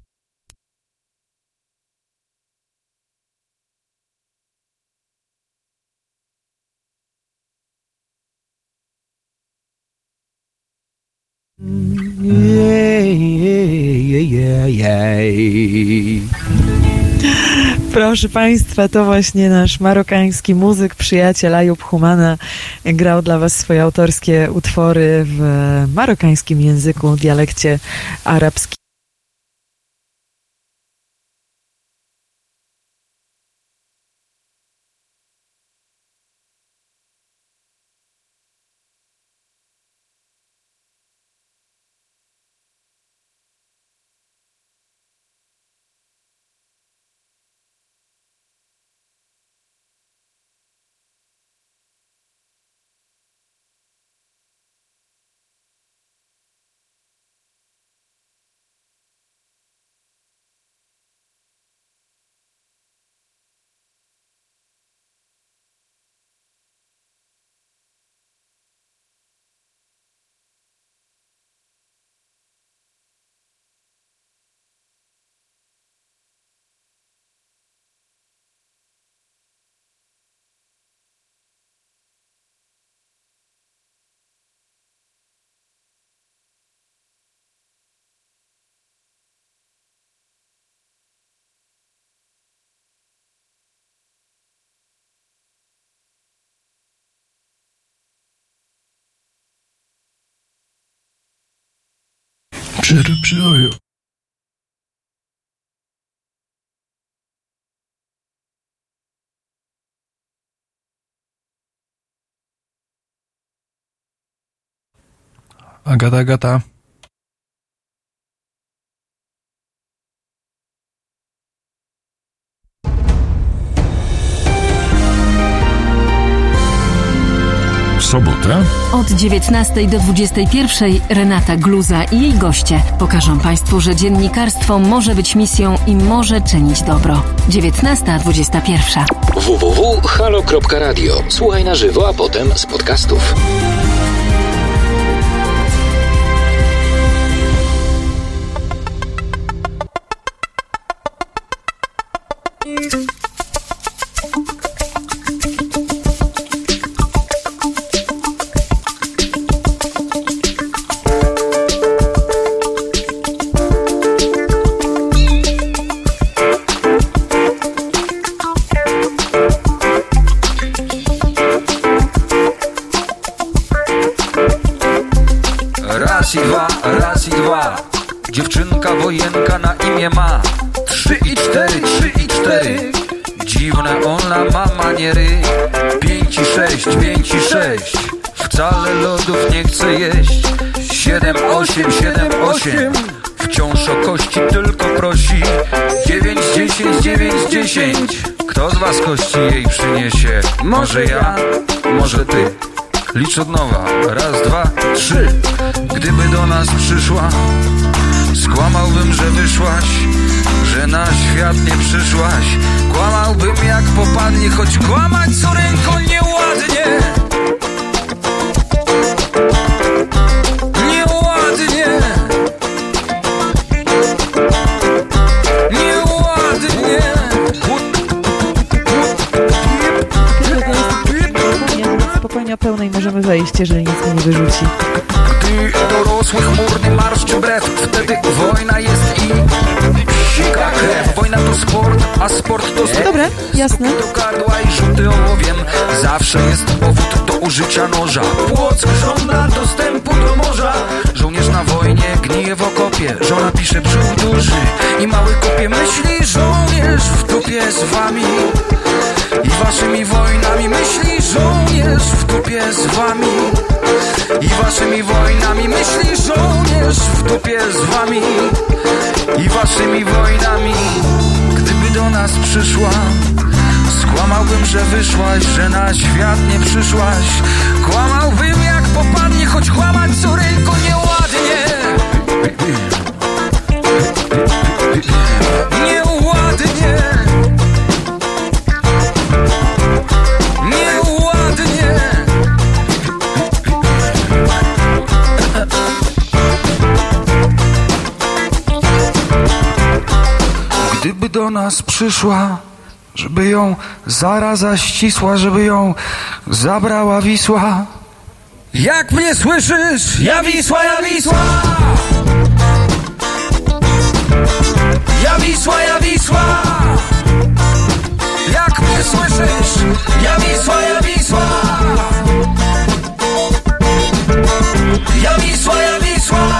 Proszę Państwa, to właśnie nasz marokański muzyk, przyjaciel Ayub Humana grał dla Was swoje autorskie utwory w marokańskim języku, dialekcie arabskim. Cztery przyjoju. Agata, Agata. W sobotę od dziewiętnastej do dwudziestej pierwszej Renata Gluza i jej goście pokażą Państwu, że dziennikarstwo może być misją i może czynić dobro. dziewiętnasta dwudziesta pierwsza. w w w kropka halo kropka radio. Słuchaj na żywo, a potem z podcastów. Raz i dwa, raz i dwa. Dziewczynka wojenka na imię ma. Trzy i cztery, trzy i cztery. Dziwne ona ma maniery. Pięć i sześć, pięć i sześć. Wcale lodów nie chce jeść. Siedem, osiem, siedem, osiem. Wciąż o kości tylko prosi. Dziewięć, dziesięć, dziewięć, dziesięć. Kto z was kości jej przyniesie? Może ja, może ty. Licz od nowa, raz, dwa, trzy. Gdyby do nas przyszła, skłamałbym, że wyszłaś, że na świat nie przyszłaś. Kłamałbym jak popadnie, choć kłamać córynko nieładnie. Nieładnie. Nieładnie. Spokojnie o pełnej możemy wejść, jeżeli nic mnie nie wyrzuci. Gdy dorosły chmurny marsz czy brew, wtedy wojna jest i sika krew. Wojna to sport, a sport to sport. Dobre, jasne. Do gardła i rzuty ołowiem. Zawsze jest powód do użycia noża. Płock żąda dostępu do morza. Żołnierz na wojnie gnije w okopie. Żona pisze brzuch duży i mały kopie. Myśli żołnierz w dupie z wami i waszymi wojnami. Myśli żołnierz w dupie z wami i waszymi wojnami. Myśli żołnierz w dupie z wami i waszymi wojnami. Gdyby do nas przyszła, skłamałbym, że wyszłaś, że na świat nie przyszłaś. Kłamałbym jak popadnie, choć kłamać córynko nieładnie. Nieładnie. Nieładnie. Gdyby do nas przyszła, żeby ją zaraza ścisła, żeby ją zabrała Wisła. Jak mnie słyszysz? Ja Wisła, ja Wisła! Ja Wisła, ja Wisła! Jak mnie słyszysz? Ja Wisła, ja Wisła! Ja Wisła, ja Wisła!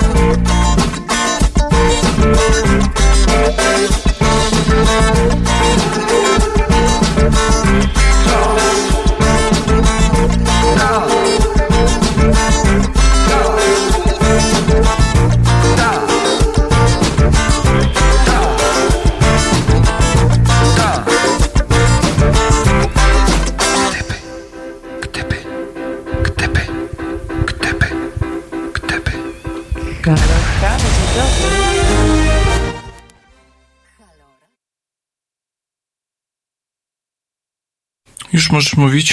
Już możesz mówić.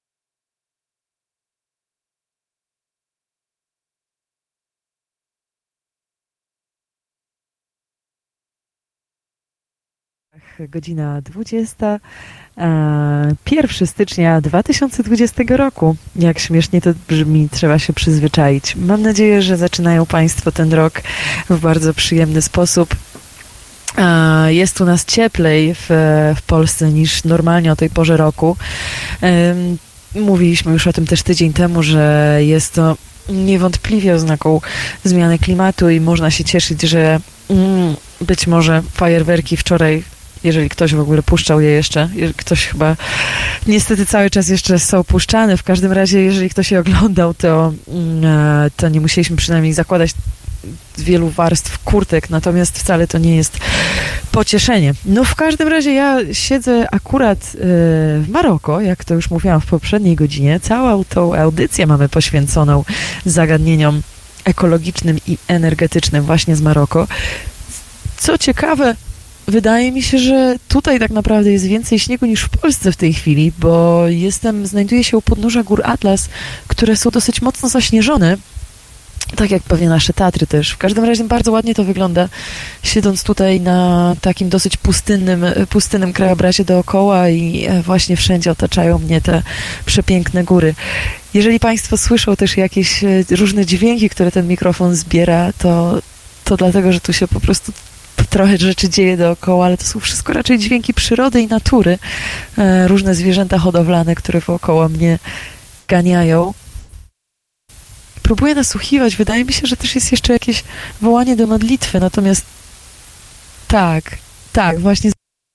Godzina dwudziesta, pierwszego stycznia dwa tysiące dwudziestego roku. Jak śmiesznie to brzmi, trzeba się przyzwyczaić. Mam nadzieję, że zaczynają Państwo ten rok w bardzo przyjemny sposób. Jest u nas cieplej w, w Polsce niż normalnie o tej porze roku. Mówiliśmy już o tym też tydzień temu, że jest to niewątpliwie oznaką zmiany klimatu i można się cieszyć, że mm, być może fajerwerki wczoraj, jeżeli ktoś w ogóle puszczał je jeszcze, ktoś chyba niestety cały czas jeszcze są puszczane, w każdym razie jeżeli ktoś je oglądał, to, mm, to nie musieliśmy przynajmniej zakładać wielu warstw kurtek, natomiast wcale to nie jest pocieszenie. No w każdym razie ja siedzę akurat y, w Maroko, jak to już mówiłam w poprzedniej godzinie. Całą tą audycję mamy poświęconą zagadnieniom ekologicznym i energetycznym właśnie z Maroko. Co ciekawe, wydaje mi się, że tutaj tak naprawdę jest więcej śniegu niż w Polsce w tej chwili, bo jestem, znajduję się u podnóża gór Atlas, które są dosyć mocno zaśnieżone. Tak jak pewnie nasze Tatry też. W każdym razie bardzo ładnie to wygląda, siedząc tutaj na takim dosyć pustynnym, pustynnym krajobrazie dookoła i właśnie wszędzie otaczają mnie te przepiękne góry. Jeżeli Państwo słyszą też jakieś różne dźwięki, które ten mikrofon zbiera, to, to dlatego, że tu się po prostu trochę rzeczy dzieje dookoła, ale to są wszystko raczej dźwięki przyrody i natury. Różne zwierzęta hodowlane, które wokoło mnie ganiają. Próbuję nasłuchiwać. Wydaje mi się, że też jest jeszcze jakieś wołanie do modlitwy, natomiast tak, tak, właśnie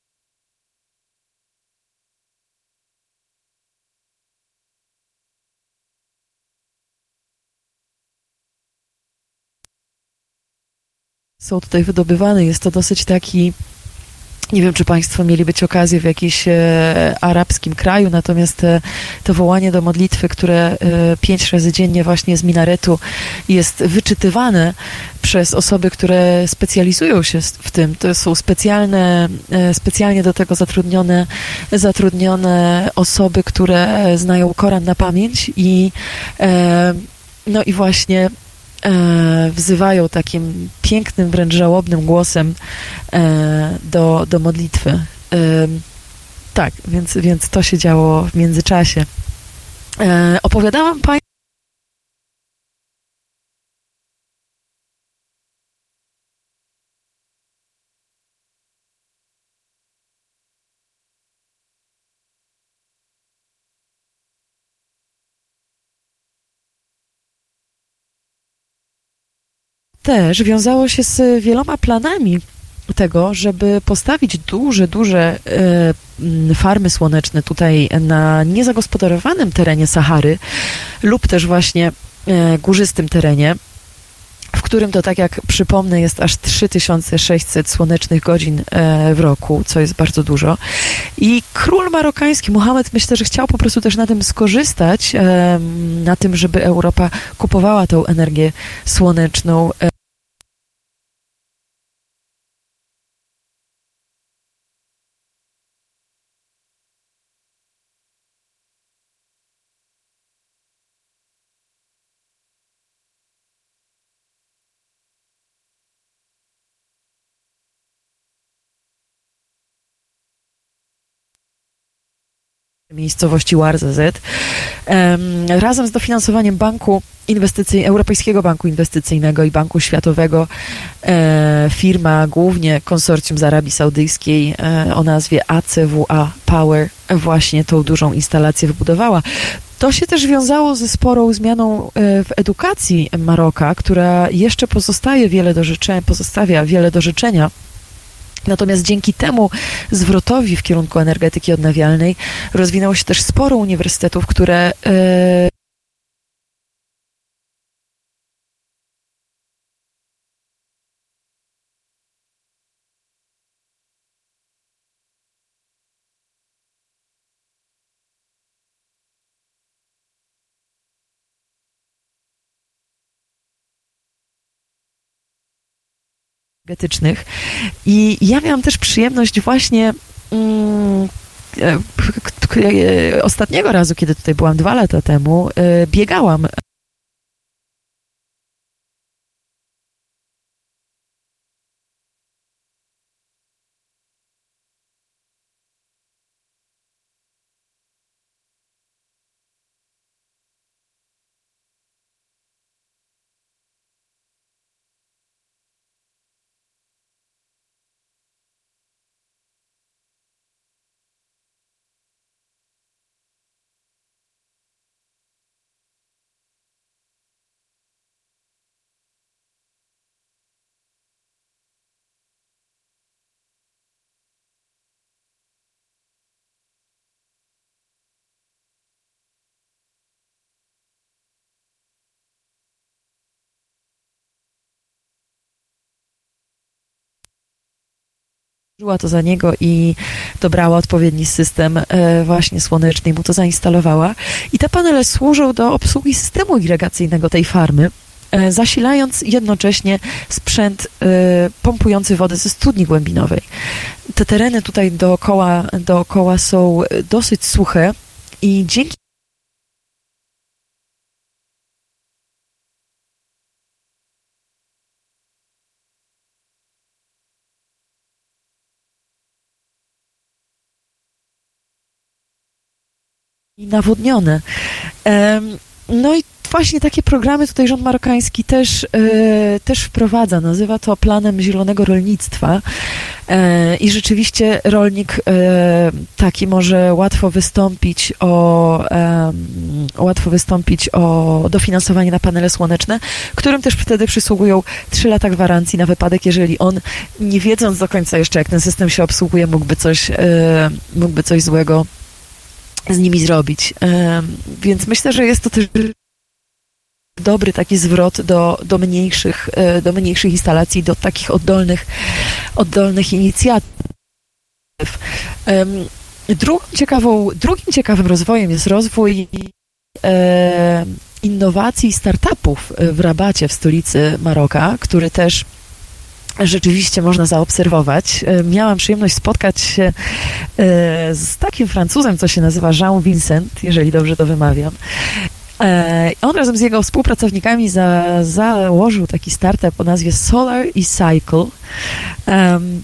są tutaj wydobywane. Jest to dosyć taki, nie wiem, czy Państwo mieli być okazję w jakimś e, arabskim kraju, natomiast e, to wołanie do modlitwy, które e, pięć razy dziennie właśnie z minaretu jest wyczytywane przez osoby, które specjalizują się w tym. To są specjalne, e, specjalnie do tego zatrudnione, zatrudnione osoby, które znają Koran na pamięć i e, no i właśnie E, wzywają takim pięknym, wręcz żałobnym głosem e, do, do modlitwy. E, tak, więc, więc to się działo w międzyczasie. E, opowiadałam Państwu też wiązało się z wieloma planami tego, żeby postawić duże, duże e, farmy słoneczne tutaj na niezagospodarowanym terenie Sahary lub też właśnie e, górzystym terenie, w którym to, tak jak przypomnę, jest aż trzy tysiące sześćset słonecznych godzin e, w roku, co jest bardzo dużo. I król marokański, Mohamed, myślę, że chciał po prostu też na tym skorzystać, e, na tym, żeby Europa kupowała tą energię słoneczną. E, miejscowości Ouarzazate. Um, razem z dofinansowaniem Banku Inwestycyjnego, Europejskiego Banku Inwestycyjnego i Banku Światowego e, firma, głównie konsorcjum z Arabii Saudyjskiej e, o nazwie A C W A Power właśnie tą dużą instalację wybudowała. To się też wiązało ze sporą zmianą w edukacji Maroka, która jeszcze pozostaje wiele do życzenia, pozostawia wiele do życzenia. Natomiast dzięki temu zwrotowi w kierunku energetyki odnawialnej rozwinęło się też sporo uniwersytetów, które yy, energetycznych. I ja miałam też przyjemność właśnie mm, ostatniego razu, kiedy tutaj byłam dwa lata temu, biegałam Użyła to za niego i dobrała odpowiedni system właśnie słoneczny i mu to zainstalowała. I te panele służą do obsługi systemu irygacyjnego tej farmy, zasilając jednocześnie sprzęt pompujący wodę ze studni głębinowej. Te tereny tutaj dookoła, dookoła są dosyć suche i dzięki nawodnione. No i właśnie takie programy tutaj rząd marokański też, też wprowadza. Nazywa to planem zielonego rolnictwa i rzeczywiście rolnik taki może łatwo wystąpić o łatwo wystąpić o dofinansowanie na panele słoneczne, którym też wtedy przysługują trzy lata gwarancji na wypadek, jeżeli on, nie wiedząc do końca jeszcze, jak ten system się obsługuje, mógłby coś, mógłby coś złego z nimi zrobić. Więc myślę, że jest to też dobry taki zwrot do, do, mniejszych, do mniejszych instalacji, do takich oddolnych, oddolnych inicjatyw. Drugą ciekawą, drugim ciekawym rozwojem jest rozwój innowacji startupów w Rabacie, w stolicy Maroka, który też rzeczywiście można zaobserwować. Miałam przyjemność spotkać się z takim Francuzem, co się nazywa Jean Vincent, jeżeli dobrze to wymawiam. On razem z jego współpracownikami za, założył taki startup o nazwie Solar i Cycle. Um,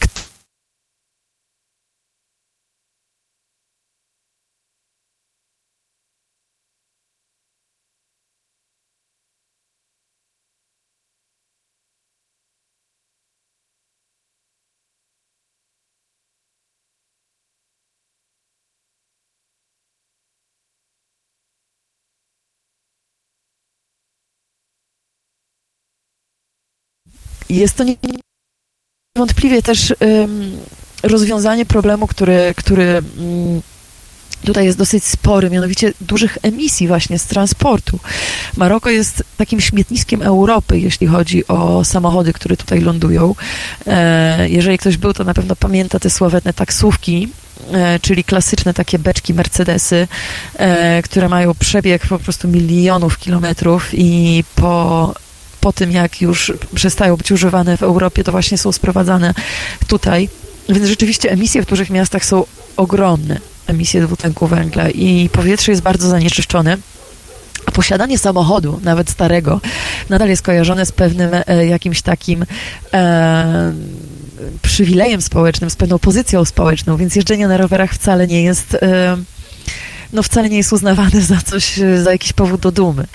Jest to niewątpliwie też um, rozwiązanie problemu, który, który um, tutaj jest dosyć spory, mianowicie dużych emisji właśnie z transportu. Maroko jest takim śmietniskiem Europy, jeśli chodzi o samochody, które tutaj lądują. E, jeżeli ktoś był, to na pewno pamięta te sławetne taksówki, e, czyli klasyczne takie beczki Mercedesy, e, które mają przebieg po prostu milionów kilometrów i po po tym, jak już przestają być używane w Europie, to właśnie są sprowadzane tutaj. Więc rzeczywiście emisje w dużych miastach są ogromne, emisje dwutlenku węgla i powietrze jest bardzo zanieczyszczone. A posiadanie samochodu, nawet starego, nadal jest kojarzone z pewnym e, jakimś takim e, przywilejem społecznym, z pewną pozycją społeczną, więc jeżdżenie na rowerach wcale nie jest... E, no wcale nie jest uznawane za coś, za jakiś powód do dumy.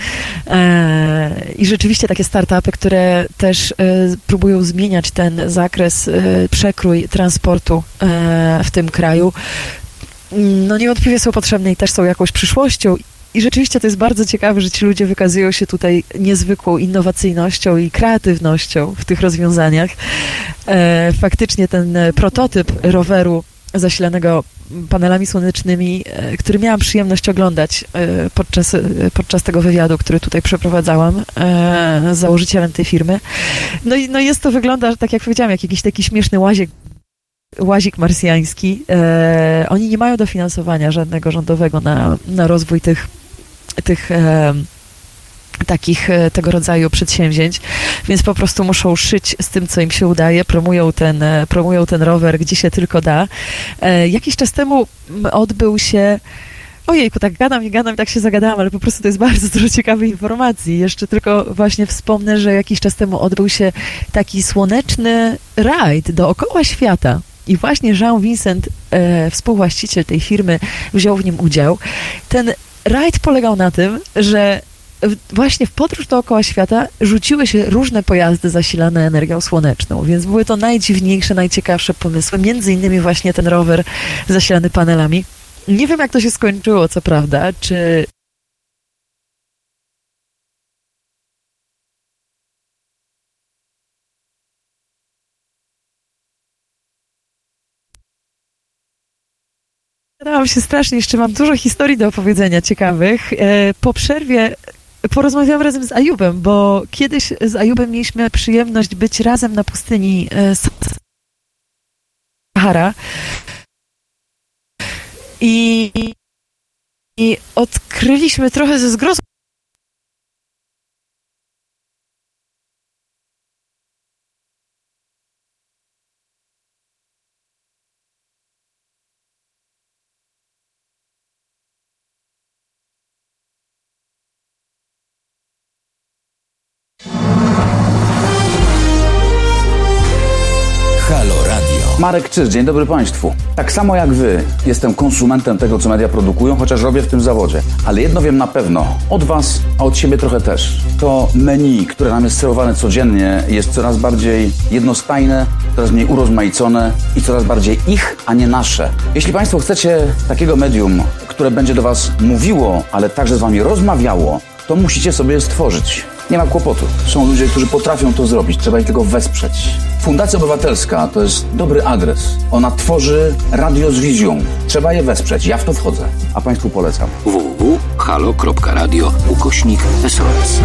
E, I rzeczywiście takie startupy, które też e, próbują zmieniać ten zakres, e, przekrój transportu e, w tym kraju, no niewątpliwie są potrzebne i też są jakąś przyszłością. I rzeczywiście to jest bardzo ciekawe, że ci ludzie wykazują się tutaj niezwykłą innowacyjnością i kreatywnością w tych rozwiązaniach. E, faktycznie ten prototyp roweru zasilanego panelami słonecznymi, który miałam przyjemność oglądać podczas, podczas tego wywiadu, który tutaj przeprowadzałam z założycielem tej firmy. No i no jest to, wygląda, tak jak powiedziałam, jak jakiś taki śmieszny łazik, łazik marsjański. Oni nie mają dofinansowania żadnego rządowego na, na rozwój tych, tych takich tego rodzaju przedsięwzięć, więc po prostu muszą szyć z tym, co im się udaje, promują ten, promują ten rower, gdzie się tylko da. E, jakiś czas temu odbył się ojejku, tak gadam i gadam i tak się zagadałam, ale po prostu to jest bardzo dużo ciekawych informacji. Jeszcze tylko właśnie wspomnę, że jakiś czas temu odbył się taki słoneczny rajd dookoła świata. I właśnie Jean Vincent, e, współwłaściciel tej firmy, wziął w nim udział. Ten rajd polegał na tym, że właśnie w podróż dookoła świata rzuciły się różne pojazdy zasilane energią słoneczną, więc były to najdziwniejsze, najciekawsze pomysły, między innymi właśnie ten rower zasilany panelami. Nie wiem, jak to się skończyło, co prawda, czy Starałam się strasznie, jeszcze mam dużo historii do opowiedzenia ciekawych. Po przerwie porozmawiałam razem z Ajubem, bo kiedyś z Ajubem mieliśmy przyjemność być razem na pustyni Hara. I, I odkryliśmy trochę ze zgrozą Halo Radio. Marek Czyż, dzień dobry Państwu. Tak samo jak Wy, jestem konsumentem tego, co media produkują, chociaż robię w tym zawodzie. Ale jedno wiem na pewno, od Was, a od siebie trochę też. To menu, które nam jest serwowane codziennie, jest coraz bardziej jednostajne, coraz mniej urozmaicone i coraz bardziej ich, a nie nasze. Jeśli Państwo chcecie takiego medium, które będzie do Was mówiło, ale także z Wami rozmawiało, to musicie sobie je stworzyć. Nie ma kłopotu. Są ludzie, którzy potrafią to zrobić. Trzeba ich tylko wesprzeć. Fundacja Obywatelska to jest dobry adres. Ona tworzy radio z wizją. Trzeba je wesprzeć. Ja w to wchodzę. A Państwu polecam. w w w kropka halo kropka radio ukośnik S O S.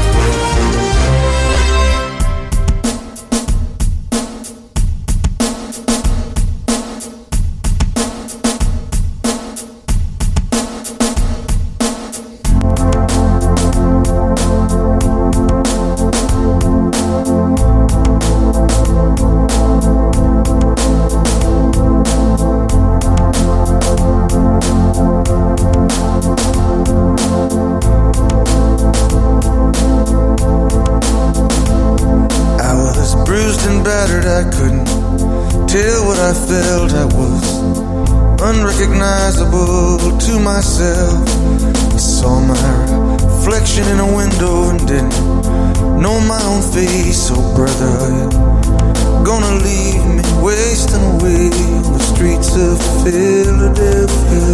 Unrecognizable to myself. I saw my reflection in a window and didn't know my own face. Oh brother, are you gonna leave me wasting away on the streets of Philadelphia?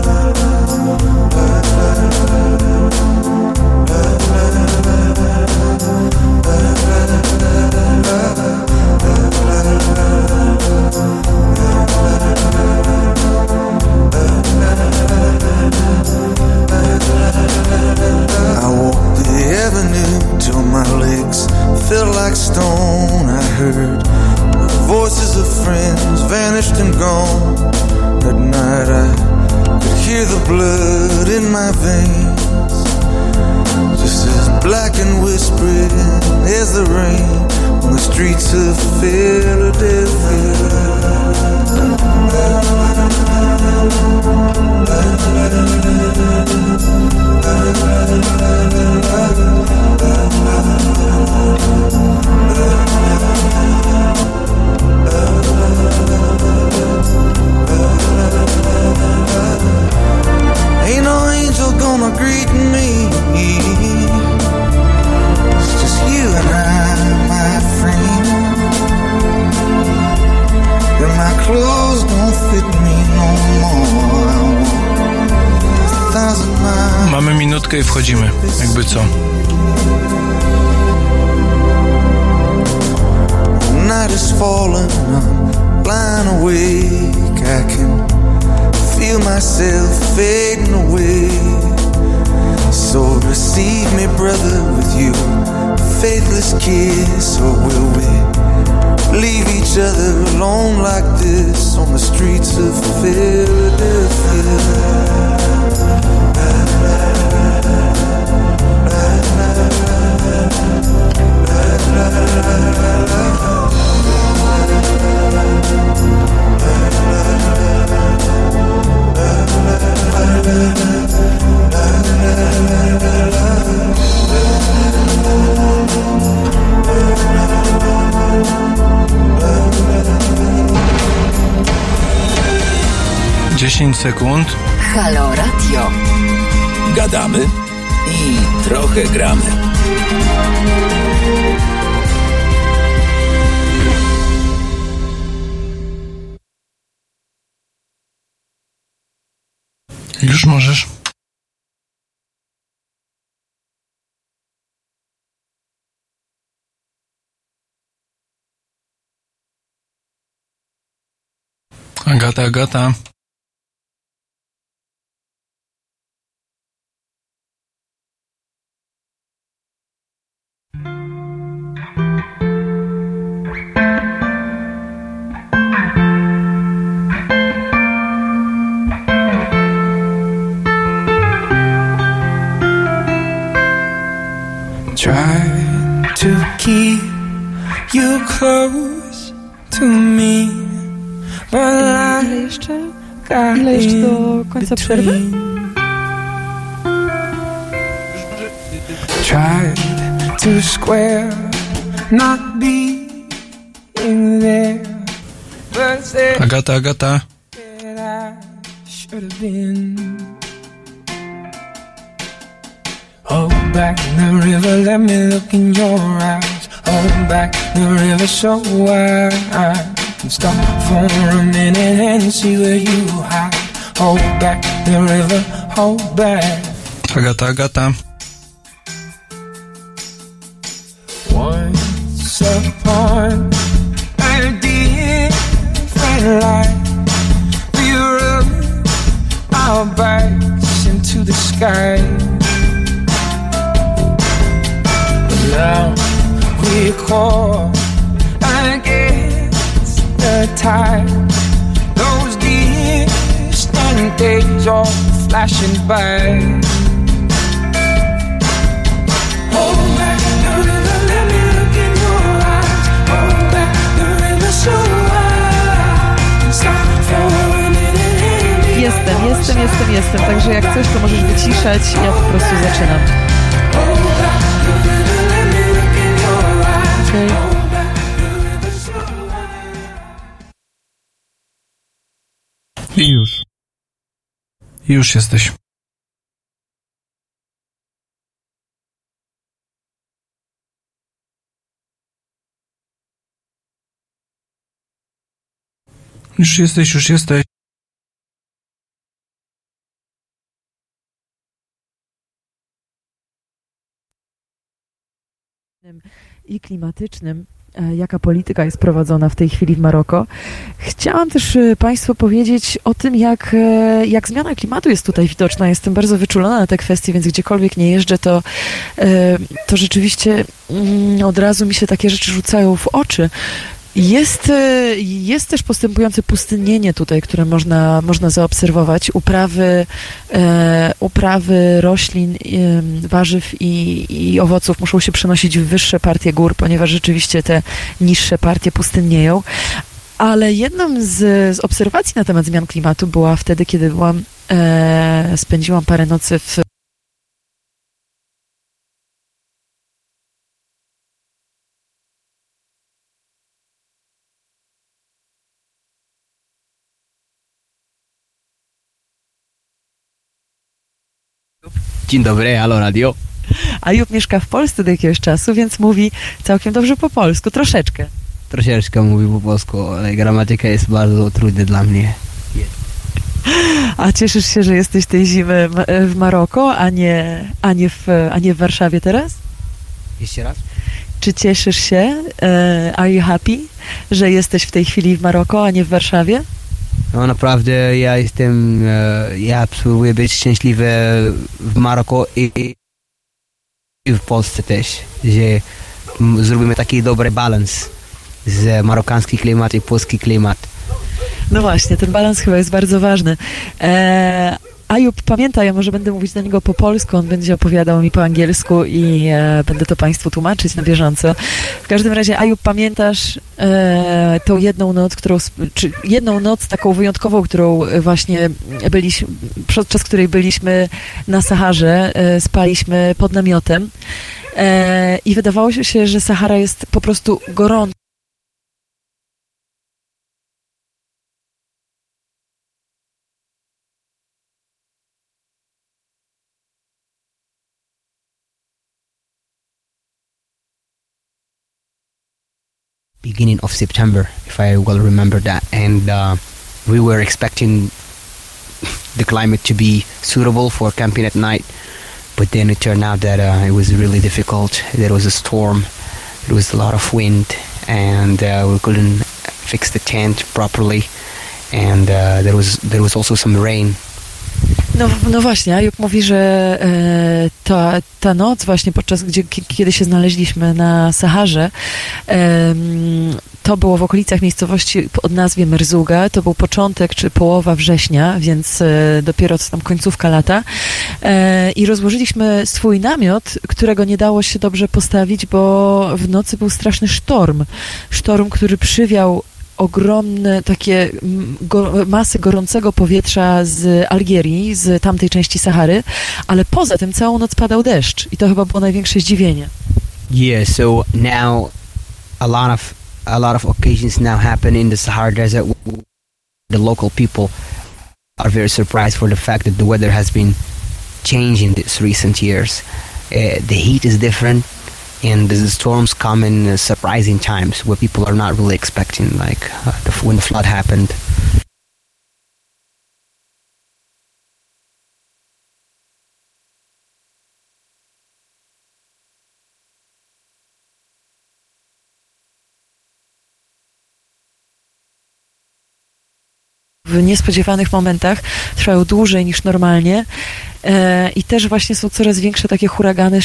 I walked the avenue till my legs felt like stone. I heard the voices of friends vanished and gone. At night I could hear the blood in my veins, just as black and whispering as the rain on the streets of Philadelphia. Ain't no angel gonna greet me. It's just you and I, my friend. And my clothes don't fit me no more. I walk a thousand miles. Mamy minutkę i wchodzimy, jakby co. Night is falling, I'm lying awake. I can feel myself fading away. So receive me, brother, with you faithless kiss. Or will we leave each other alone like this on the streets of Philadelphia? dziesięć sekund. Halo Radio. Gadamy i trochę gramy. Już możesz. Agata, Agata. Try to keep you close to me, but Ile jeszcze? Ile jeszcze do końca przerwy? Tried to square not being there, but said Agata, Agata. that I should have been. Hold back the river, let me look in your eyes. Hold back the river so I can stop for a minute and see where you hide. Hold back the river, hold back. Agata, Agata. Once upon a different life, we rubbed our backs into the sky. But now we're caught against the tide. Those distant days are flashing by. Hold back the river, let me look in your eyes. Hold back the river so I can stop for a minute. Jestem, jestem, jestem, jestem. Także jak coś, to możesz wyciszać. Ja po prostu zaczynam. Okay. I już. I już jesteś. Już jesteś, już jesteś. I klimatycznym, jaka polityka jest prowadzona w tej chwili w Maroko. Chciałam też Państwu powiedzieć o tym, jak, jak zmiana klimatu jest tutaj widoczna. Jestem bardzo wyczulona na te kwestie, więc gdziekolwiek nie jeżdżę, to, to rzeczywiście od razu mi się takie rzeczy rzucają w oczy. Jest, jest też postępujące pustynnienie tutaj, które można, można zaobserwować. Uprawy, e, uprawy roślin, e, warzyw i, i owoców muszą się przenosić w wyższe partie gór, ponieważ rzeczywiście te niższe partie pustynnieją. Ale jedną z, z obserwacji na temat zmian klimatu była wtedy, kiedy byłam, e, spędziłam parę nocy w Dzień dobry, halo radio. Ajub mieszka w Polsce do jakiegoś czasu, więc mówi całkiem dobrze po polsku, troszeczkę. Troszeczkę mówi po polsku, ale gramatyka jest bardzo trudna dla mnie. A cieszysz się, że jesteś tej zimy w Maroko, a nie, a nie, w, a nie w Warszawie teraz? Jeszcze raz? Czy cieszysz się, uh, are you happy, że jesteś w tej chwili w Maroko, a nie w Warszawie? No naprawdę ja jestem, ja spróbuję być szczęśliwy w Maroku i, i w Polsce też, że zrobimy taki dobry balans z marokański klimat i polski klimat. No właśnie, ten balans chyba jest bardzo ważny. Eee, Ajub, pamiętaj, ja może będę mówić do niego po polsku, on będzie opowiadał mi po angielsku i e, będę to Państwu tłumaczyć na bieżąco. W każdym razie, Ajub, pamiętasz e, tą jedną noc, którą, czy jedną noc taką wyjątkową, którą właśnie byliśmy, podczas której byliśmy na Saharze, e, spaliśmy pod namiotem e, i wydawało się, że Sahara jest po prostu gorąca. Beginning of September, if I well remember that, and uh, we were expecting the climate to be suitable for camping at night, but then it turned out that uh, it was really difficult. There was a storm, there was a lot of wind, and uh, we couldn't fix the tent properly, and uh, there was there was also some rain. No, no właśnie, Ayub mówi, że e, ta, ta noc właśnie podczas, gdzie, k- kiedy się znaleźliśmy na Saharze, e, to było w okolicach miejscowości o nazwie Merzuga, to był początek czy połowa września, więc e, dopiero tam końcówka lata e, i rozłożyliśmy swój namiot, którego nie dało się dobrze postawić, bo w nocy był straszny sztorm. Sztorm, który przywiał ogromne takie go, masy gorącego powietrza z Algierii, z tamtej części Sahary, ale poza tym całą noc padał deszcz i to chyba było największe zdziwienie. Yeah, so now a lot of a lot of occasions now happen in the Sahara Desert. The local people are very surprised for the fact that the weather has been changing these recent years. Uh, the heat is different. And the storms come in uh, surprising times where people are not really expecting, like uh, the, when the flood happened. W niespodziewanych momentach trwają dłużej niż normalnie e, i też właśnie są coraz większe takie huragany.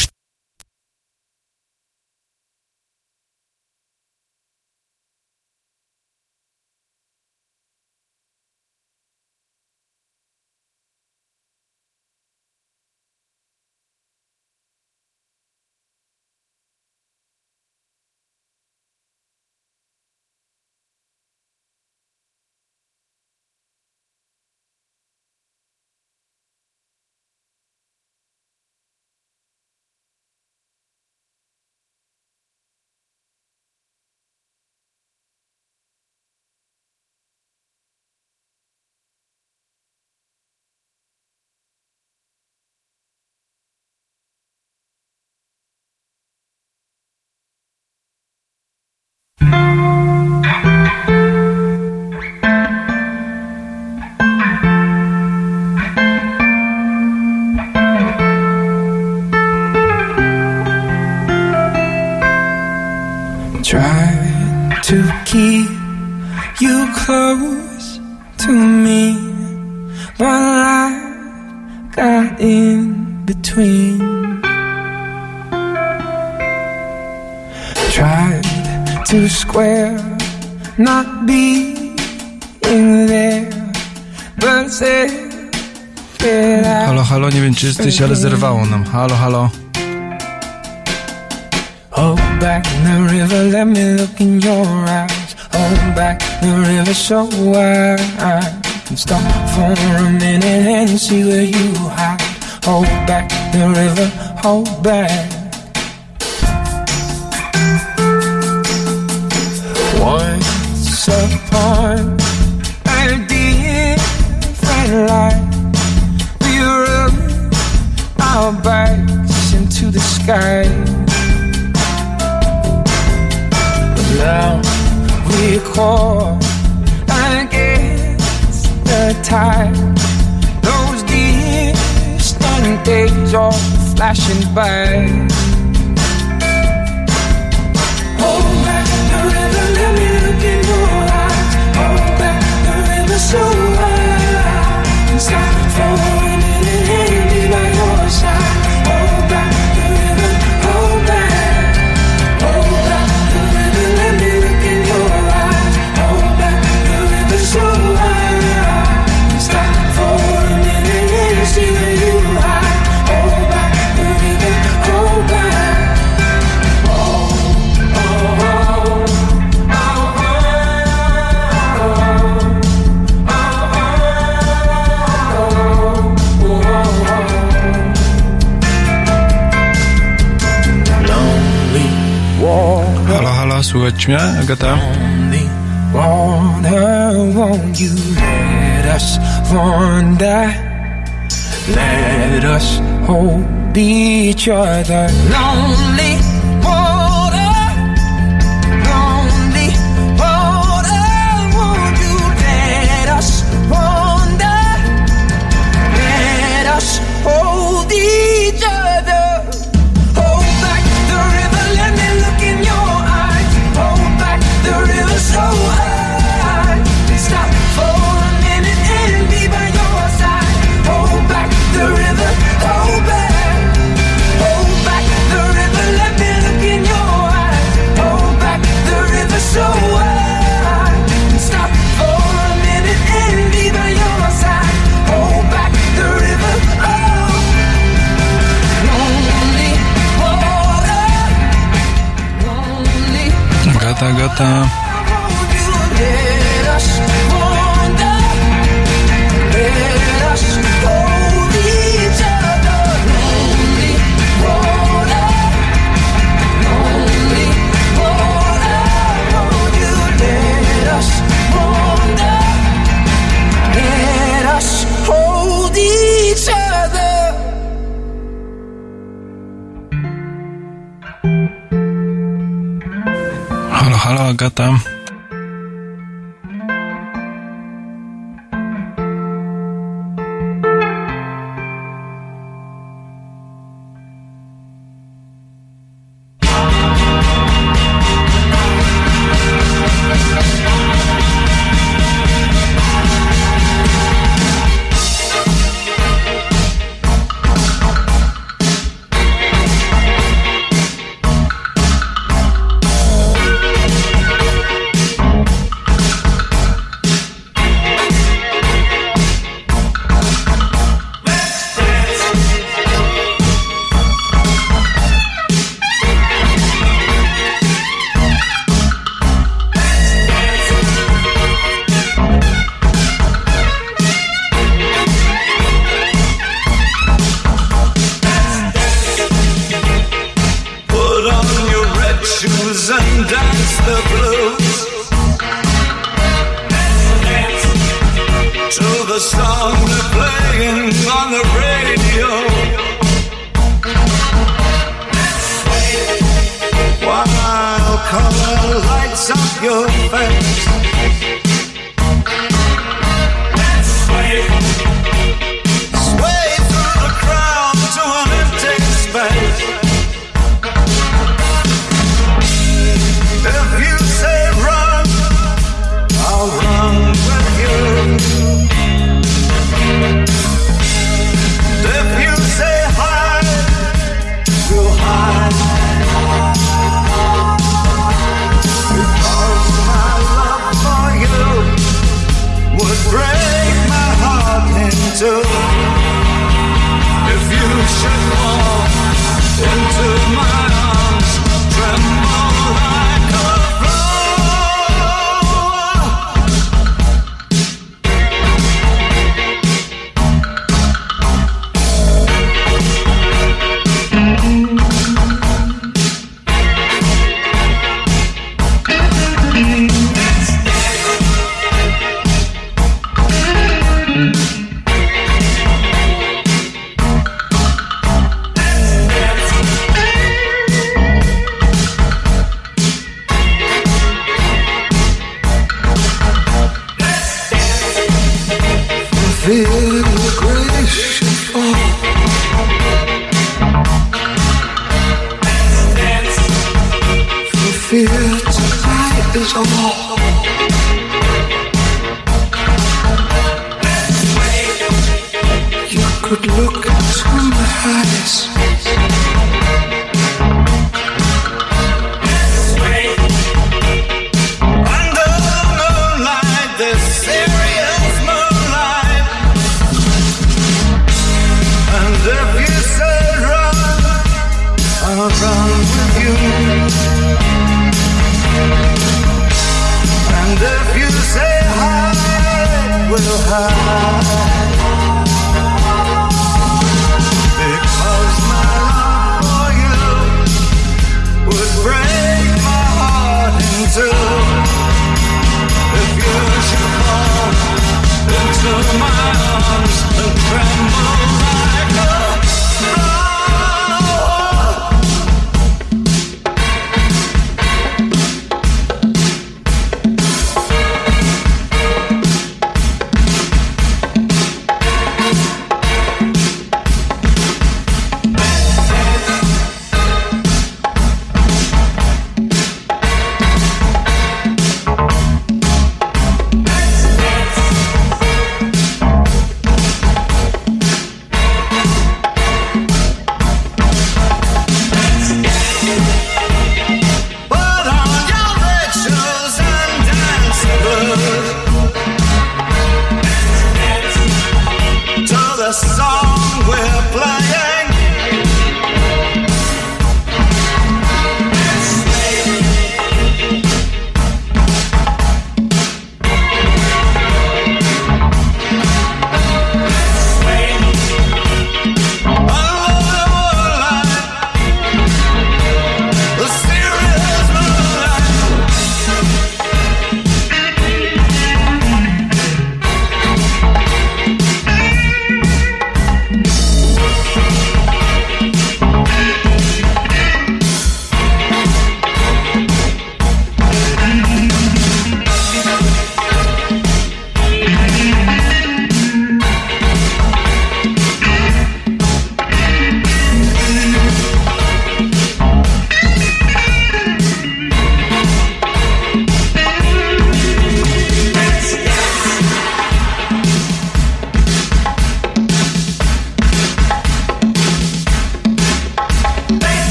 Try to keep you close to me, but life got in between. Tried to square not being there, but said that Halo, halo, nie wiem czy jesteś, ale zerwało nam. Halo, halo. Hold back in the river, let me look in your eyes. Hold back the river so wide I can stop for a minute and see where you hide. Hold back the river, hold back. Once upon a different life, we rubbed our backs into the sky. Now we're caught against the tide. Those distant days are flashing by. Hold back the river, let me look in your eyes. Hold back the river so wide and stop for a minute and be by your side. Hold back the river, hold back, hold back. So high, stop for a minute and see where you hide. Hold back the river, hold back. Oh, oh, oh, oh, oh, oh, lonely water. Halo, halo, słychać mnie, Agata? Water, won't you let us wander? Let us hold each other. Lonely water, lonely water, won't you let us wander? Let us hold each other. Hold back the river, let me look in your eyes. Hold back the river so high. Stop for a minute and be by your side. Hold back Agata, Agata. Halo, halo, Agata.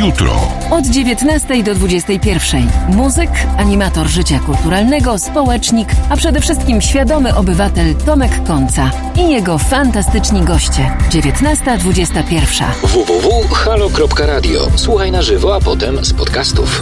jutro. Od dziewiętnastej do dwudziestej pierwszej. Muzyk, animator życia kulturalnego, społecznik, a przede wszystkim świadomy obywatel Tomek Końca i jego fantastyczni goście. dziewiętnasta dwudziesta pierwsza. w w w kropka halo kropka radio. Słuchaj na żywo, a potem z podcastów.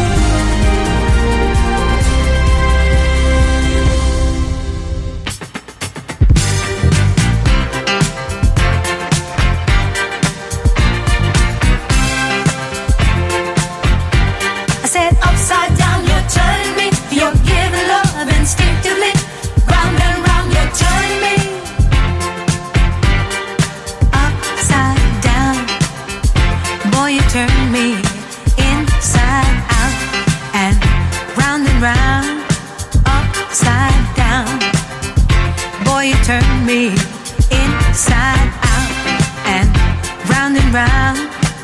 Turn me inside out and round and round, upside down. Boy, you turn me inside out and round and round.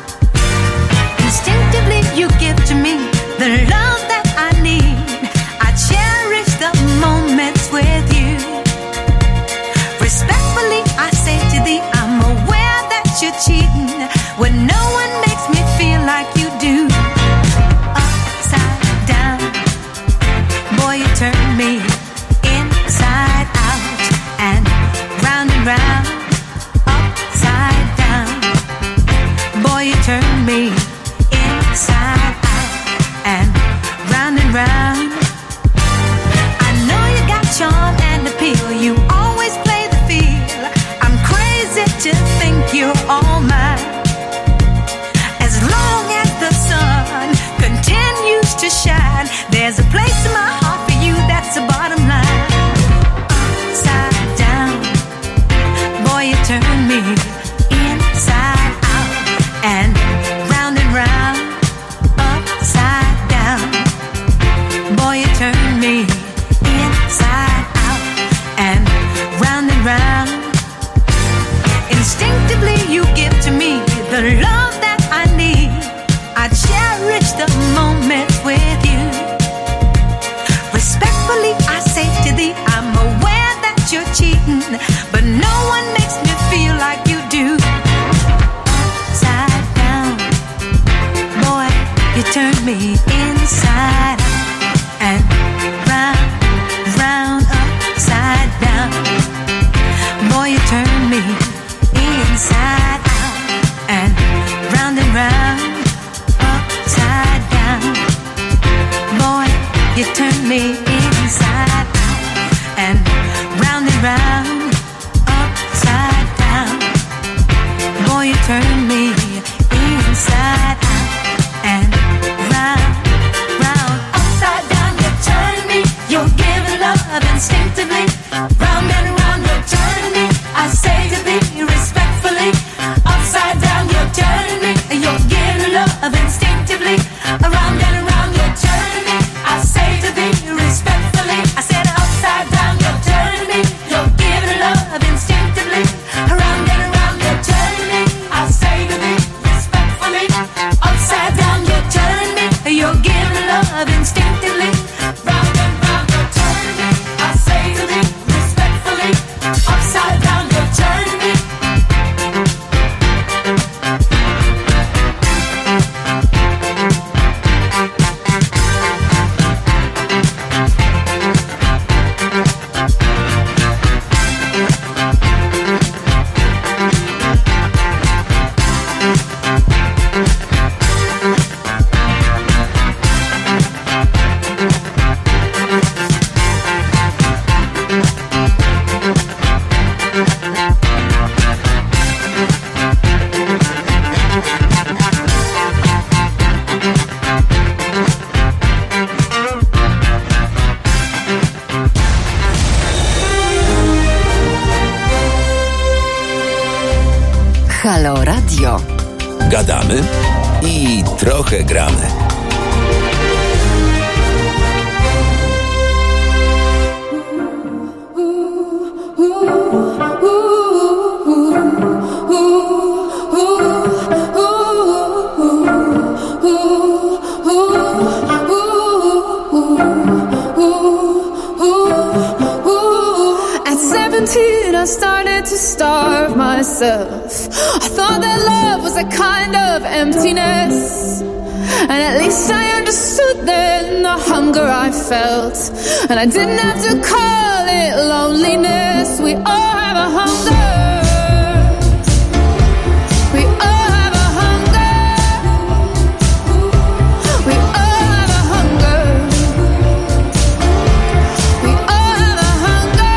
Instinctively you give to me the love that I need. I cherish the moments with you. Respectfully I say to thee, I'm aware that you're cheating when no one makes me feel like you do. Upside down, boy, you turn me inside out and round and round. Upside down, boy, you turn me inside out and round and round. I know you got charm and appeal, you always play the field. I'm crazy to think you're all mine. As long as the sun continues to shine, there's a place in my heart for you, that's the bottom line. Upside down, boy, you turn me inside out and round and round. Upside down, boy, you turn me inside out and round and round. Instinctively you give to me the love that I need. I cherish the moments with you. Respectfully I say to thee, I'm aware that you're cheating, but no one makes me feel like you do. Upside down, boy, you turn me inside out and round, round, upside down. Boy, you turn me inside out and round and round, upside down. Boy, you turn me inside out and round and round, upside down. Boy, you turn me inside out and round, round, upside down. You turn me, you're giving love instinctively. Round and round, you turn me, I say to thee respectfully. Upside down, you turn me, you're giving love instinctively. Around and around, you turn me, I say to thee respectfully. I said upside down, you turn me, you're giving love instinctively. Around and around, you turn me, I say to thee respectfully. Upside down, you turn me, you're giving love instinctively. Round and round, you turn me, I say to thee respectfully. Upside down, you turn me. Halo Radio. Gadamy i trochę gramy. At seventeen I started to starve myself. I thought that love was was a kind of emptiness. And at least I understood then the hunger I felt. And I didn't have to call it loneliness. We all have a hunger. We all have a hunger. We all have a hunger. We all have a hunger.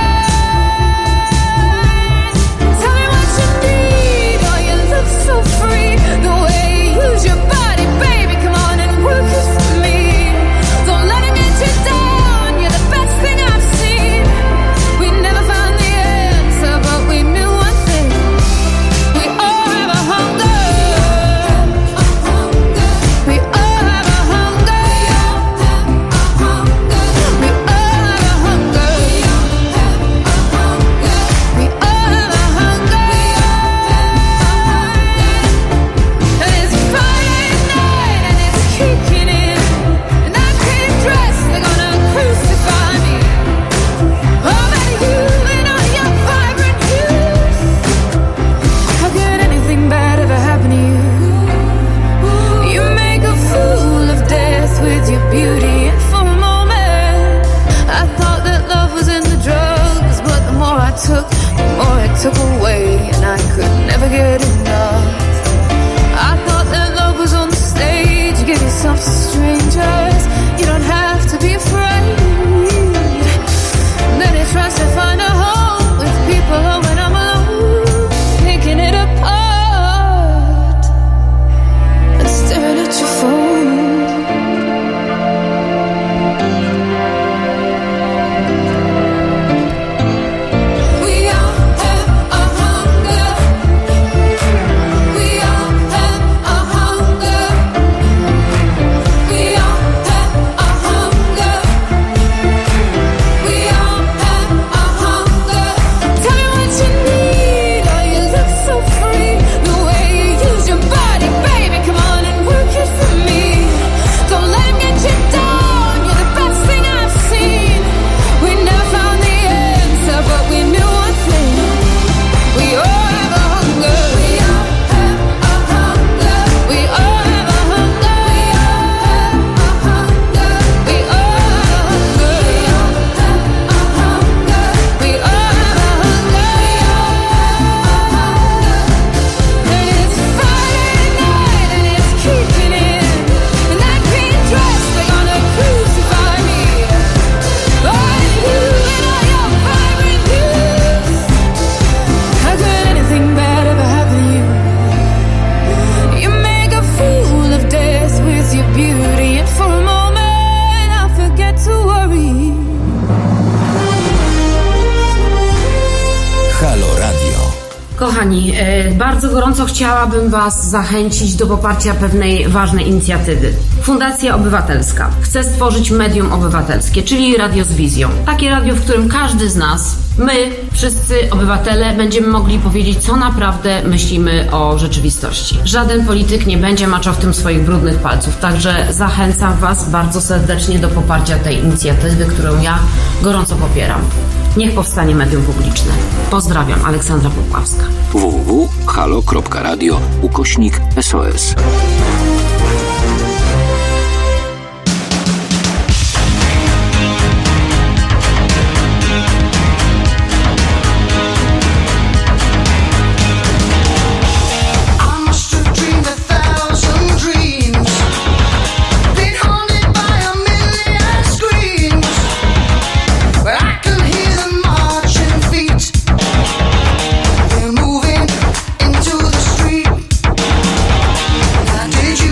Tell me what you need. Oh, you look so free. The way you use your body, baby. Come on and work it for me. Don't let him get you down. You're the best thing I've seen. We never found the answer, but we knew one thing. We all have a hunger. We all have a hunger. We all have a hunger. We all have a hunger. And it's Friday night and it's kicking in. And I can't dress, they're gonna crucify me. Oh, but you and all your vibrant youth. How could anything bad ever happen to you? You make a fool of death with your beauty. And for a moment, I thought that love was in the drugs. But the more I took, the more it took away. And I could never get enough. I thought that love was on the stage. You give yourself to strangers. You don't have to be afraid. Then it tries to find a home with people. Oh, when I'm alone, picking it apart and staring at your phone. We all have a hunger. We all have a hunger. We all have a hunger. We all have a hunger. Tell me what you need. Oh, you look so free. The way you use your body, baby. Come on and work it for me. Don't let him get you down. You're the best thing I've seen. We never found the answer, but we knew one thing. We all have a hunger. We all have a hunger. We all have a hunger. We all have a hunger. We all have a hunger. And it's Friday night and it's kicking in. And I can't dress, they're gonna crucify me. Oh, you and all your vibrant youth. How could anything bad ever happen to you? You make a fool of death with your beauty. And for a moment I forget to worry. Halo Radio. Kochani, e, bardzo gorąco chciałabym Was zachęcić do poparcia pewnej ważnej inicjatywy. Fundacja Obywatelska chce stworzyć medium obywatelskie, czyli radio z wizją. Takie radio, w którym każdy z nas, my, wszyscy obywatele, będziemy mogli powiedzieć, co naprawdę myślimy o rzeczywistości. Żaden polityk nie będzie maczał w tym swoich brudnych palców, także zachęcam Was bardzo serdecznie do poparcia tej inicjatywy, którą ja gorąco popieram. Niech powstanie medium publiczne. Pozdrawiam, Aleksandra Popławska. w w w kropka halo kropka radio ukośnik S O S. Did you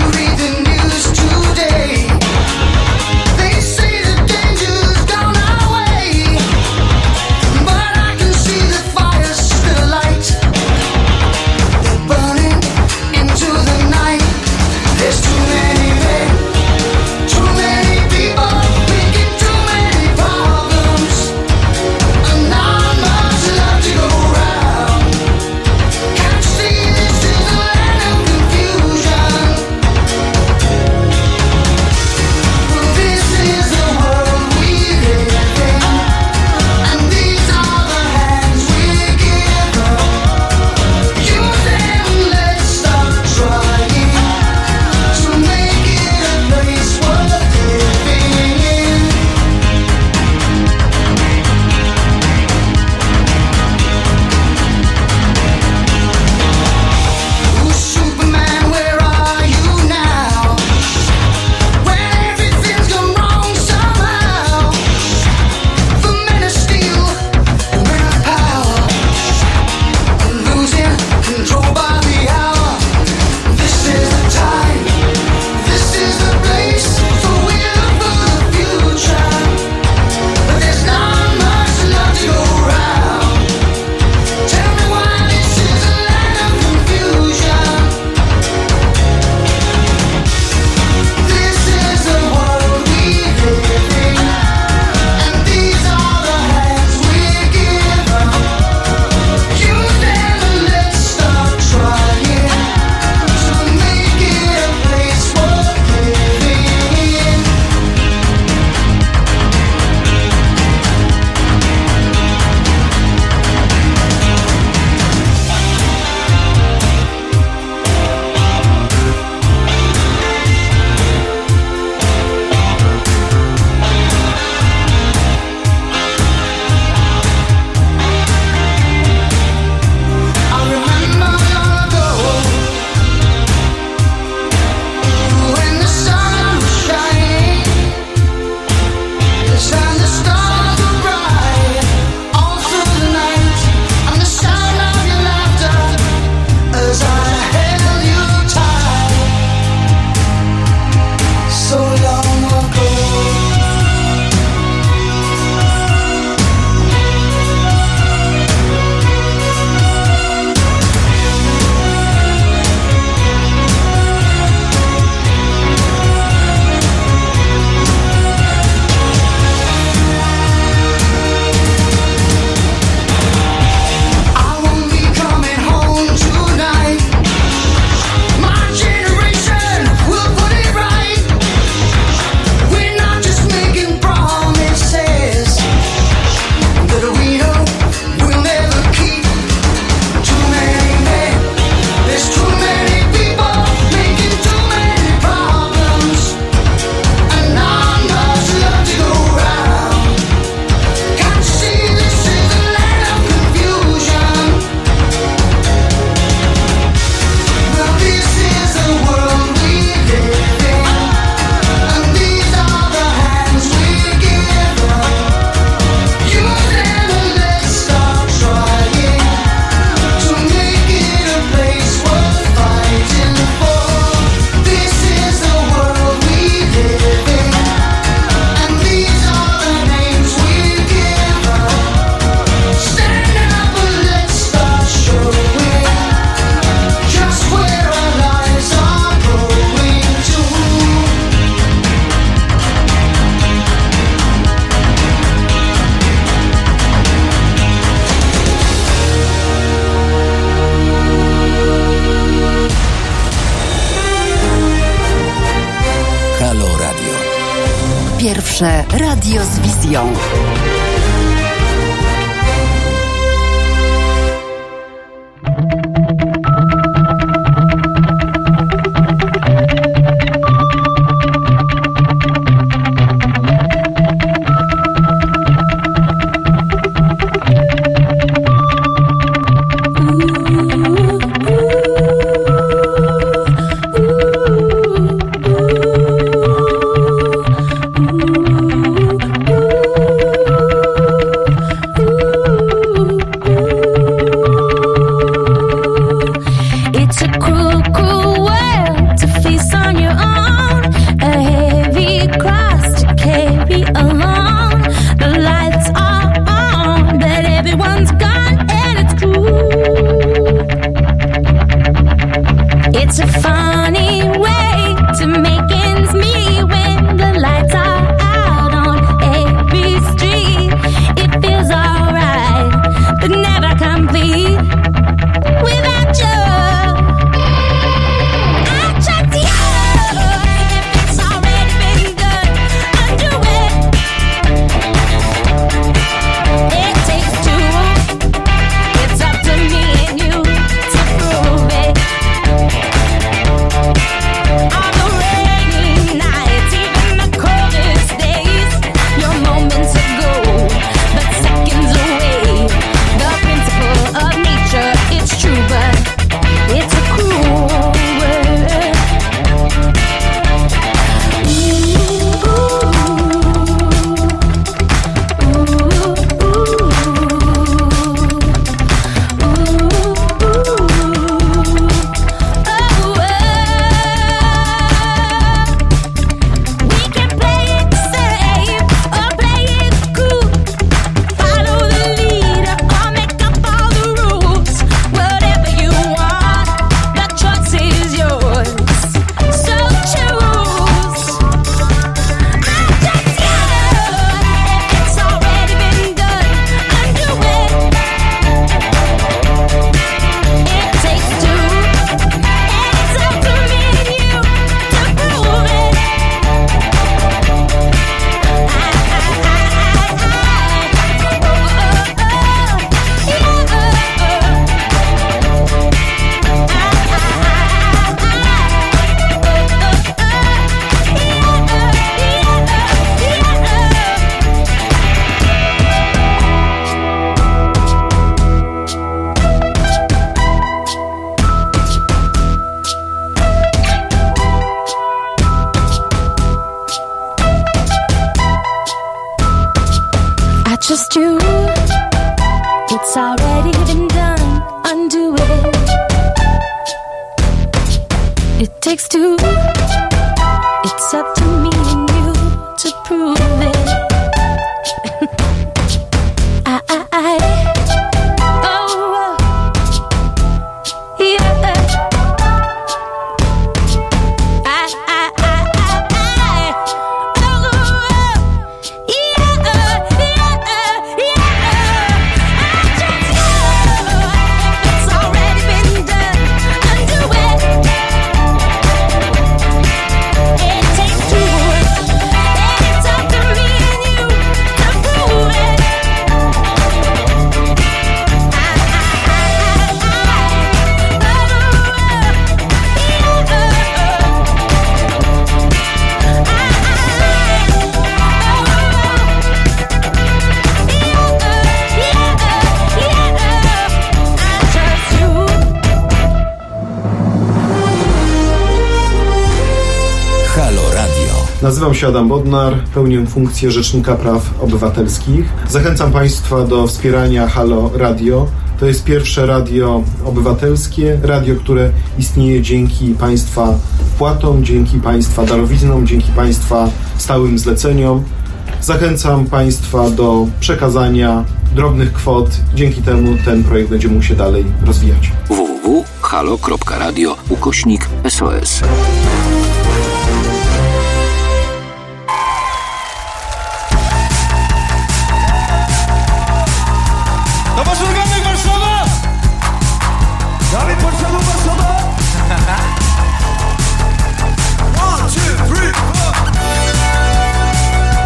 Pierwsze radio z wizją. Just you, it's already been done, undo it. It takes two, it's up to me and you to prove it. I, I, I, oh, yeah. I, I, I, I, oh, yeah, yeah. Nazywam się Adam Bodnar, pełnię funkcję Rzecznika Praw Obywatelskich. Zachęcam Państwa do wspierania Halo Radio. To jest pierwsze radio obywatelskie, radio, które istnieje dzięki Państwa wpłatom, dzięki Państwa darowiznom, dzięki Państwa stałym zleceniom. Zachęcam Państwa do przekazania drobnych kwot. Dzięki temu ten projekt będzie mógł się dalej rozwijać. w w w kropka halo kropka radio ukośnik S O S. Dalej Warszawa, Warszawa! One, two, three, four!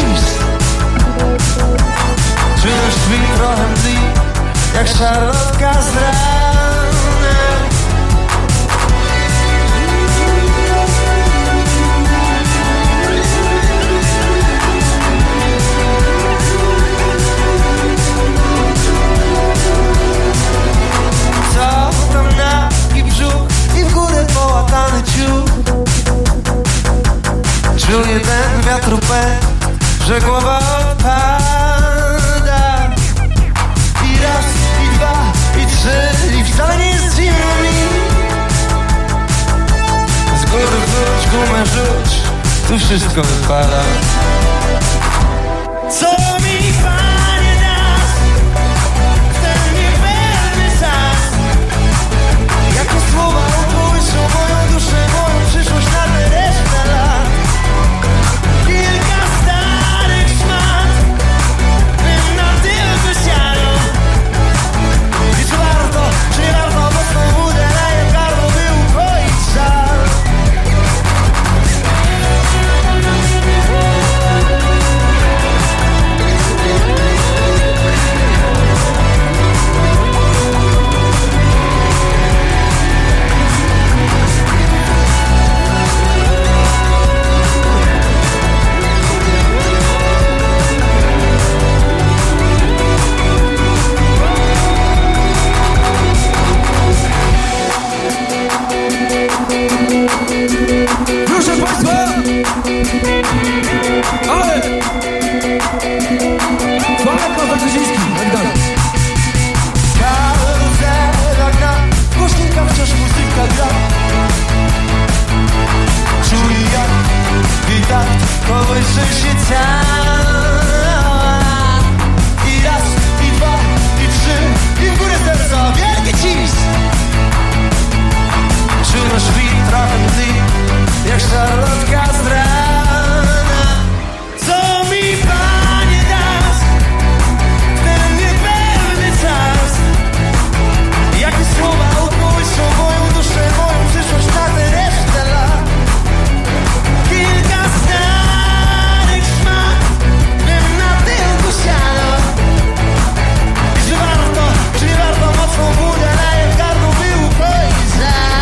cheese. Czujesz swój trochę mdli, jak szarlotka z rana. Co tam nagi brzuch i w górę połatany ciuch. Czuję ten wiatru pęd, że głowa odpada. I raz, i dwa, i trzy, i wcale nie jest zimno mi. Z góry wróć, gumę rzuć, tu wszystko wypada. Co mi Panie dasz w ten niepewny czas? Jakie słowa ukołyszą moją duszę, moją przyszłość na tę resztę lat? Kilka starych szmat bym na tylko siano. I czy warto, czy nie warto mocną wódę leję w gardło, by ukoić żal? Proszę Państwa! Ale! Sławek Kozak-Koziński, tak dalej. Karuzela gra, w głośnikach wciąż muzyka gra. Czuję jak wiatr kołysze się cała. I raz, i dwa, i trzy, i w górę serca wielki cisk. Czujesz wit trochę mdli, jak szarlotka z rana. Co mi Panie dasz w ten niepewny czas? Jakie słowa ukołyszą moją duszę, moją przyszłość na tę resztę lat? Kilka starych szmat bym na tyłku siano. I czy warto, czy nie warto mocną wódę leję w gardło, by ukoić żal?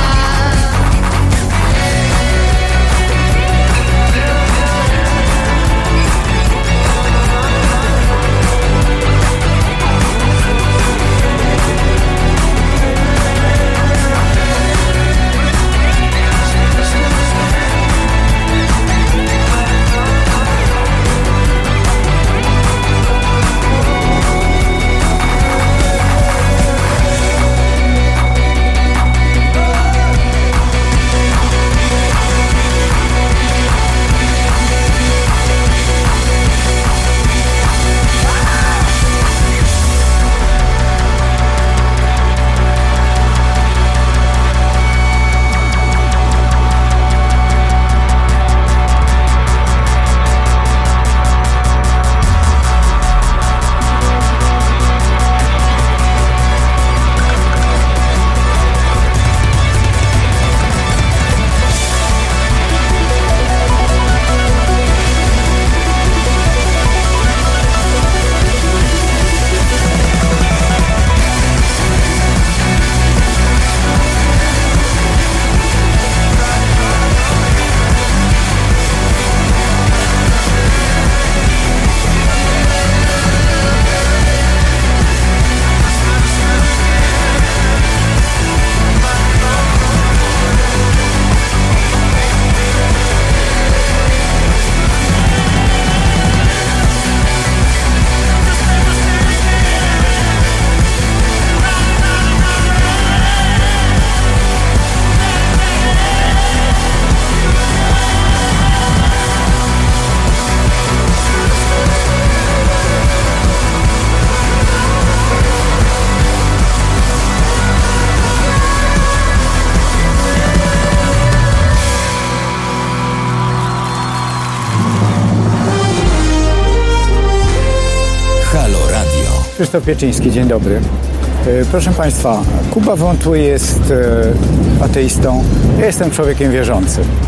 Krzysztof Pieczyński, dzień dobry. Proszę Państwa, Kuba Wątły jest ateistą, ja jestem człowiekiem wierzącym.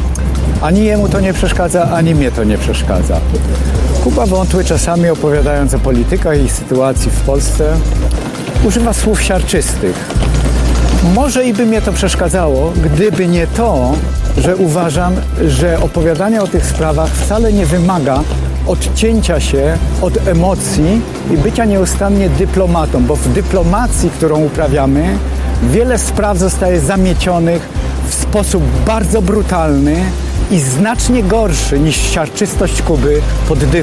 Ani jemu to nie przeszkadza, ani mnie to nie przeszkadza. Kuba Wątły czasami, opowiadając o politykach i sytuacji w Polsce, używa słów siarczystych. Może i by mnie to przeszkadzało, gdyby nie to, że uważam, że opowiadanie o tych sprawach wcale nie wymaga odcięcia się od emocji i bycia nieustannie dyplomatą, bo w dyplomacji, którą uprawiamy, wiele spraw zostaje zamiecionych w sposób bardzo brutalny i znacznie gorszy niż siarczystość Kuby pod dywan.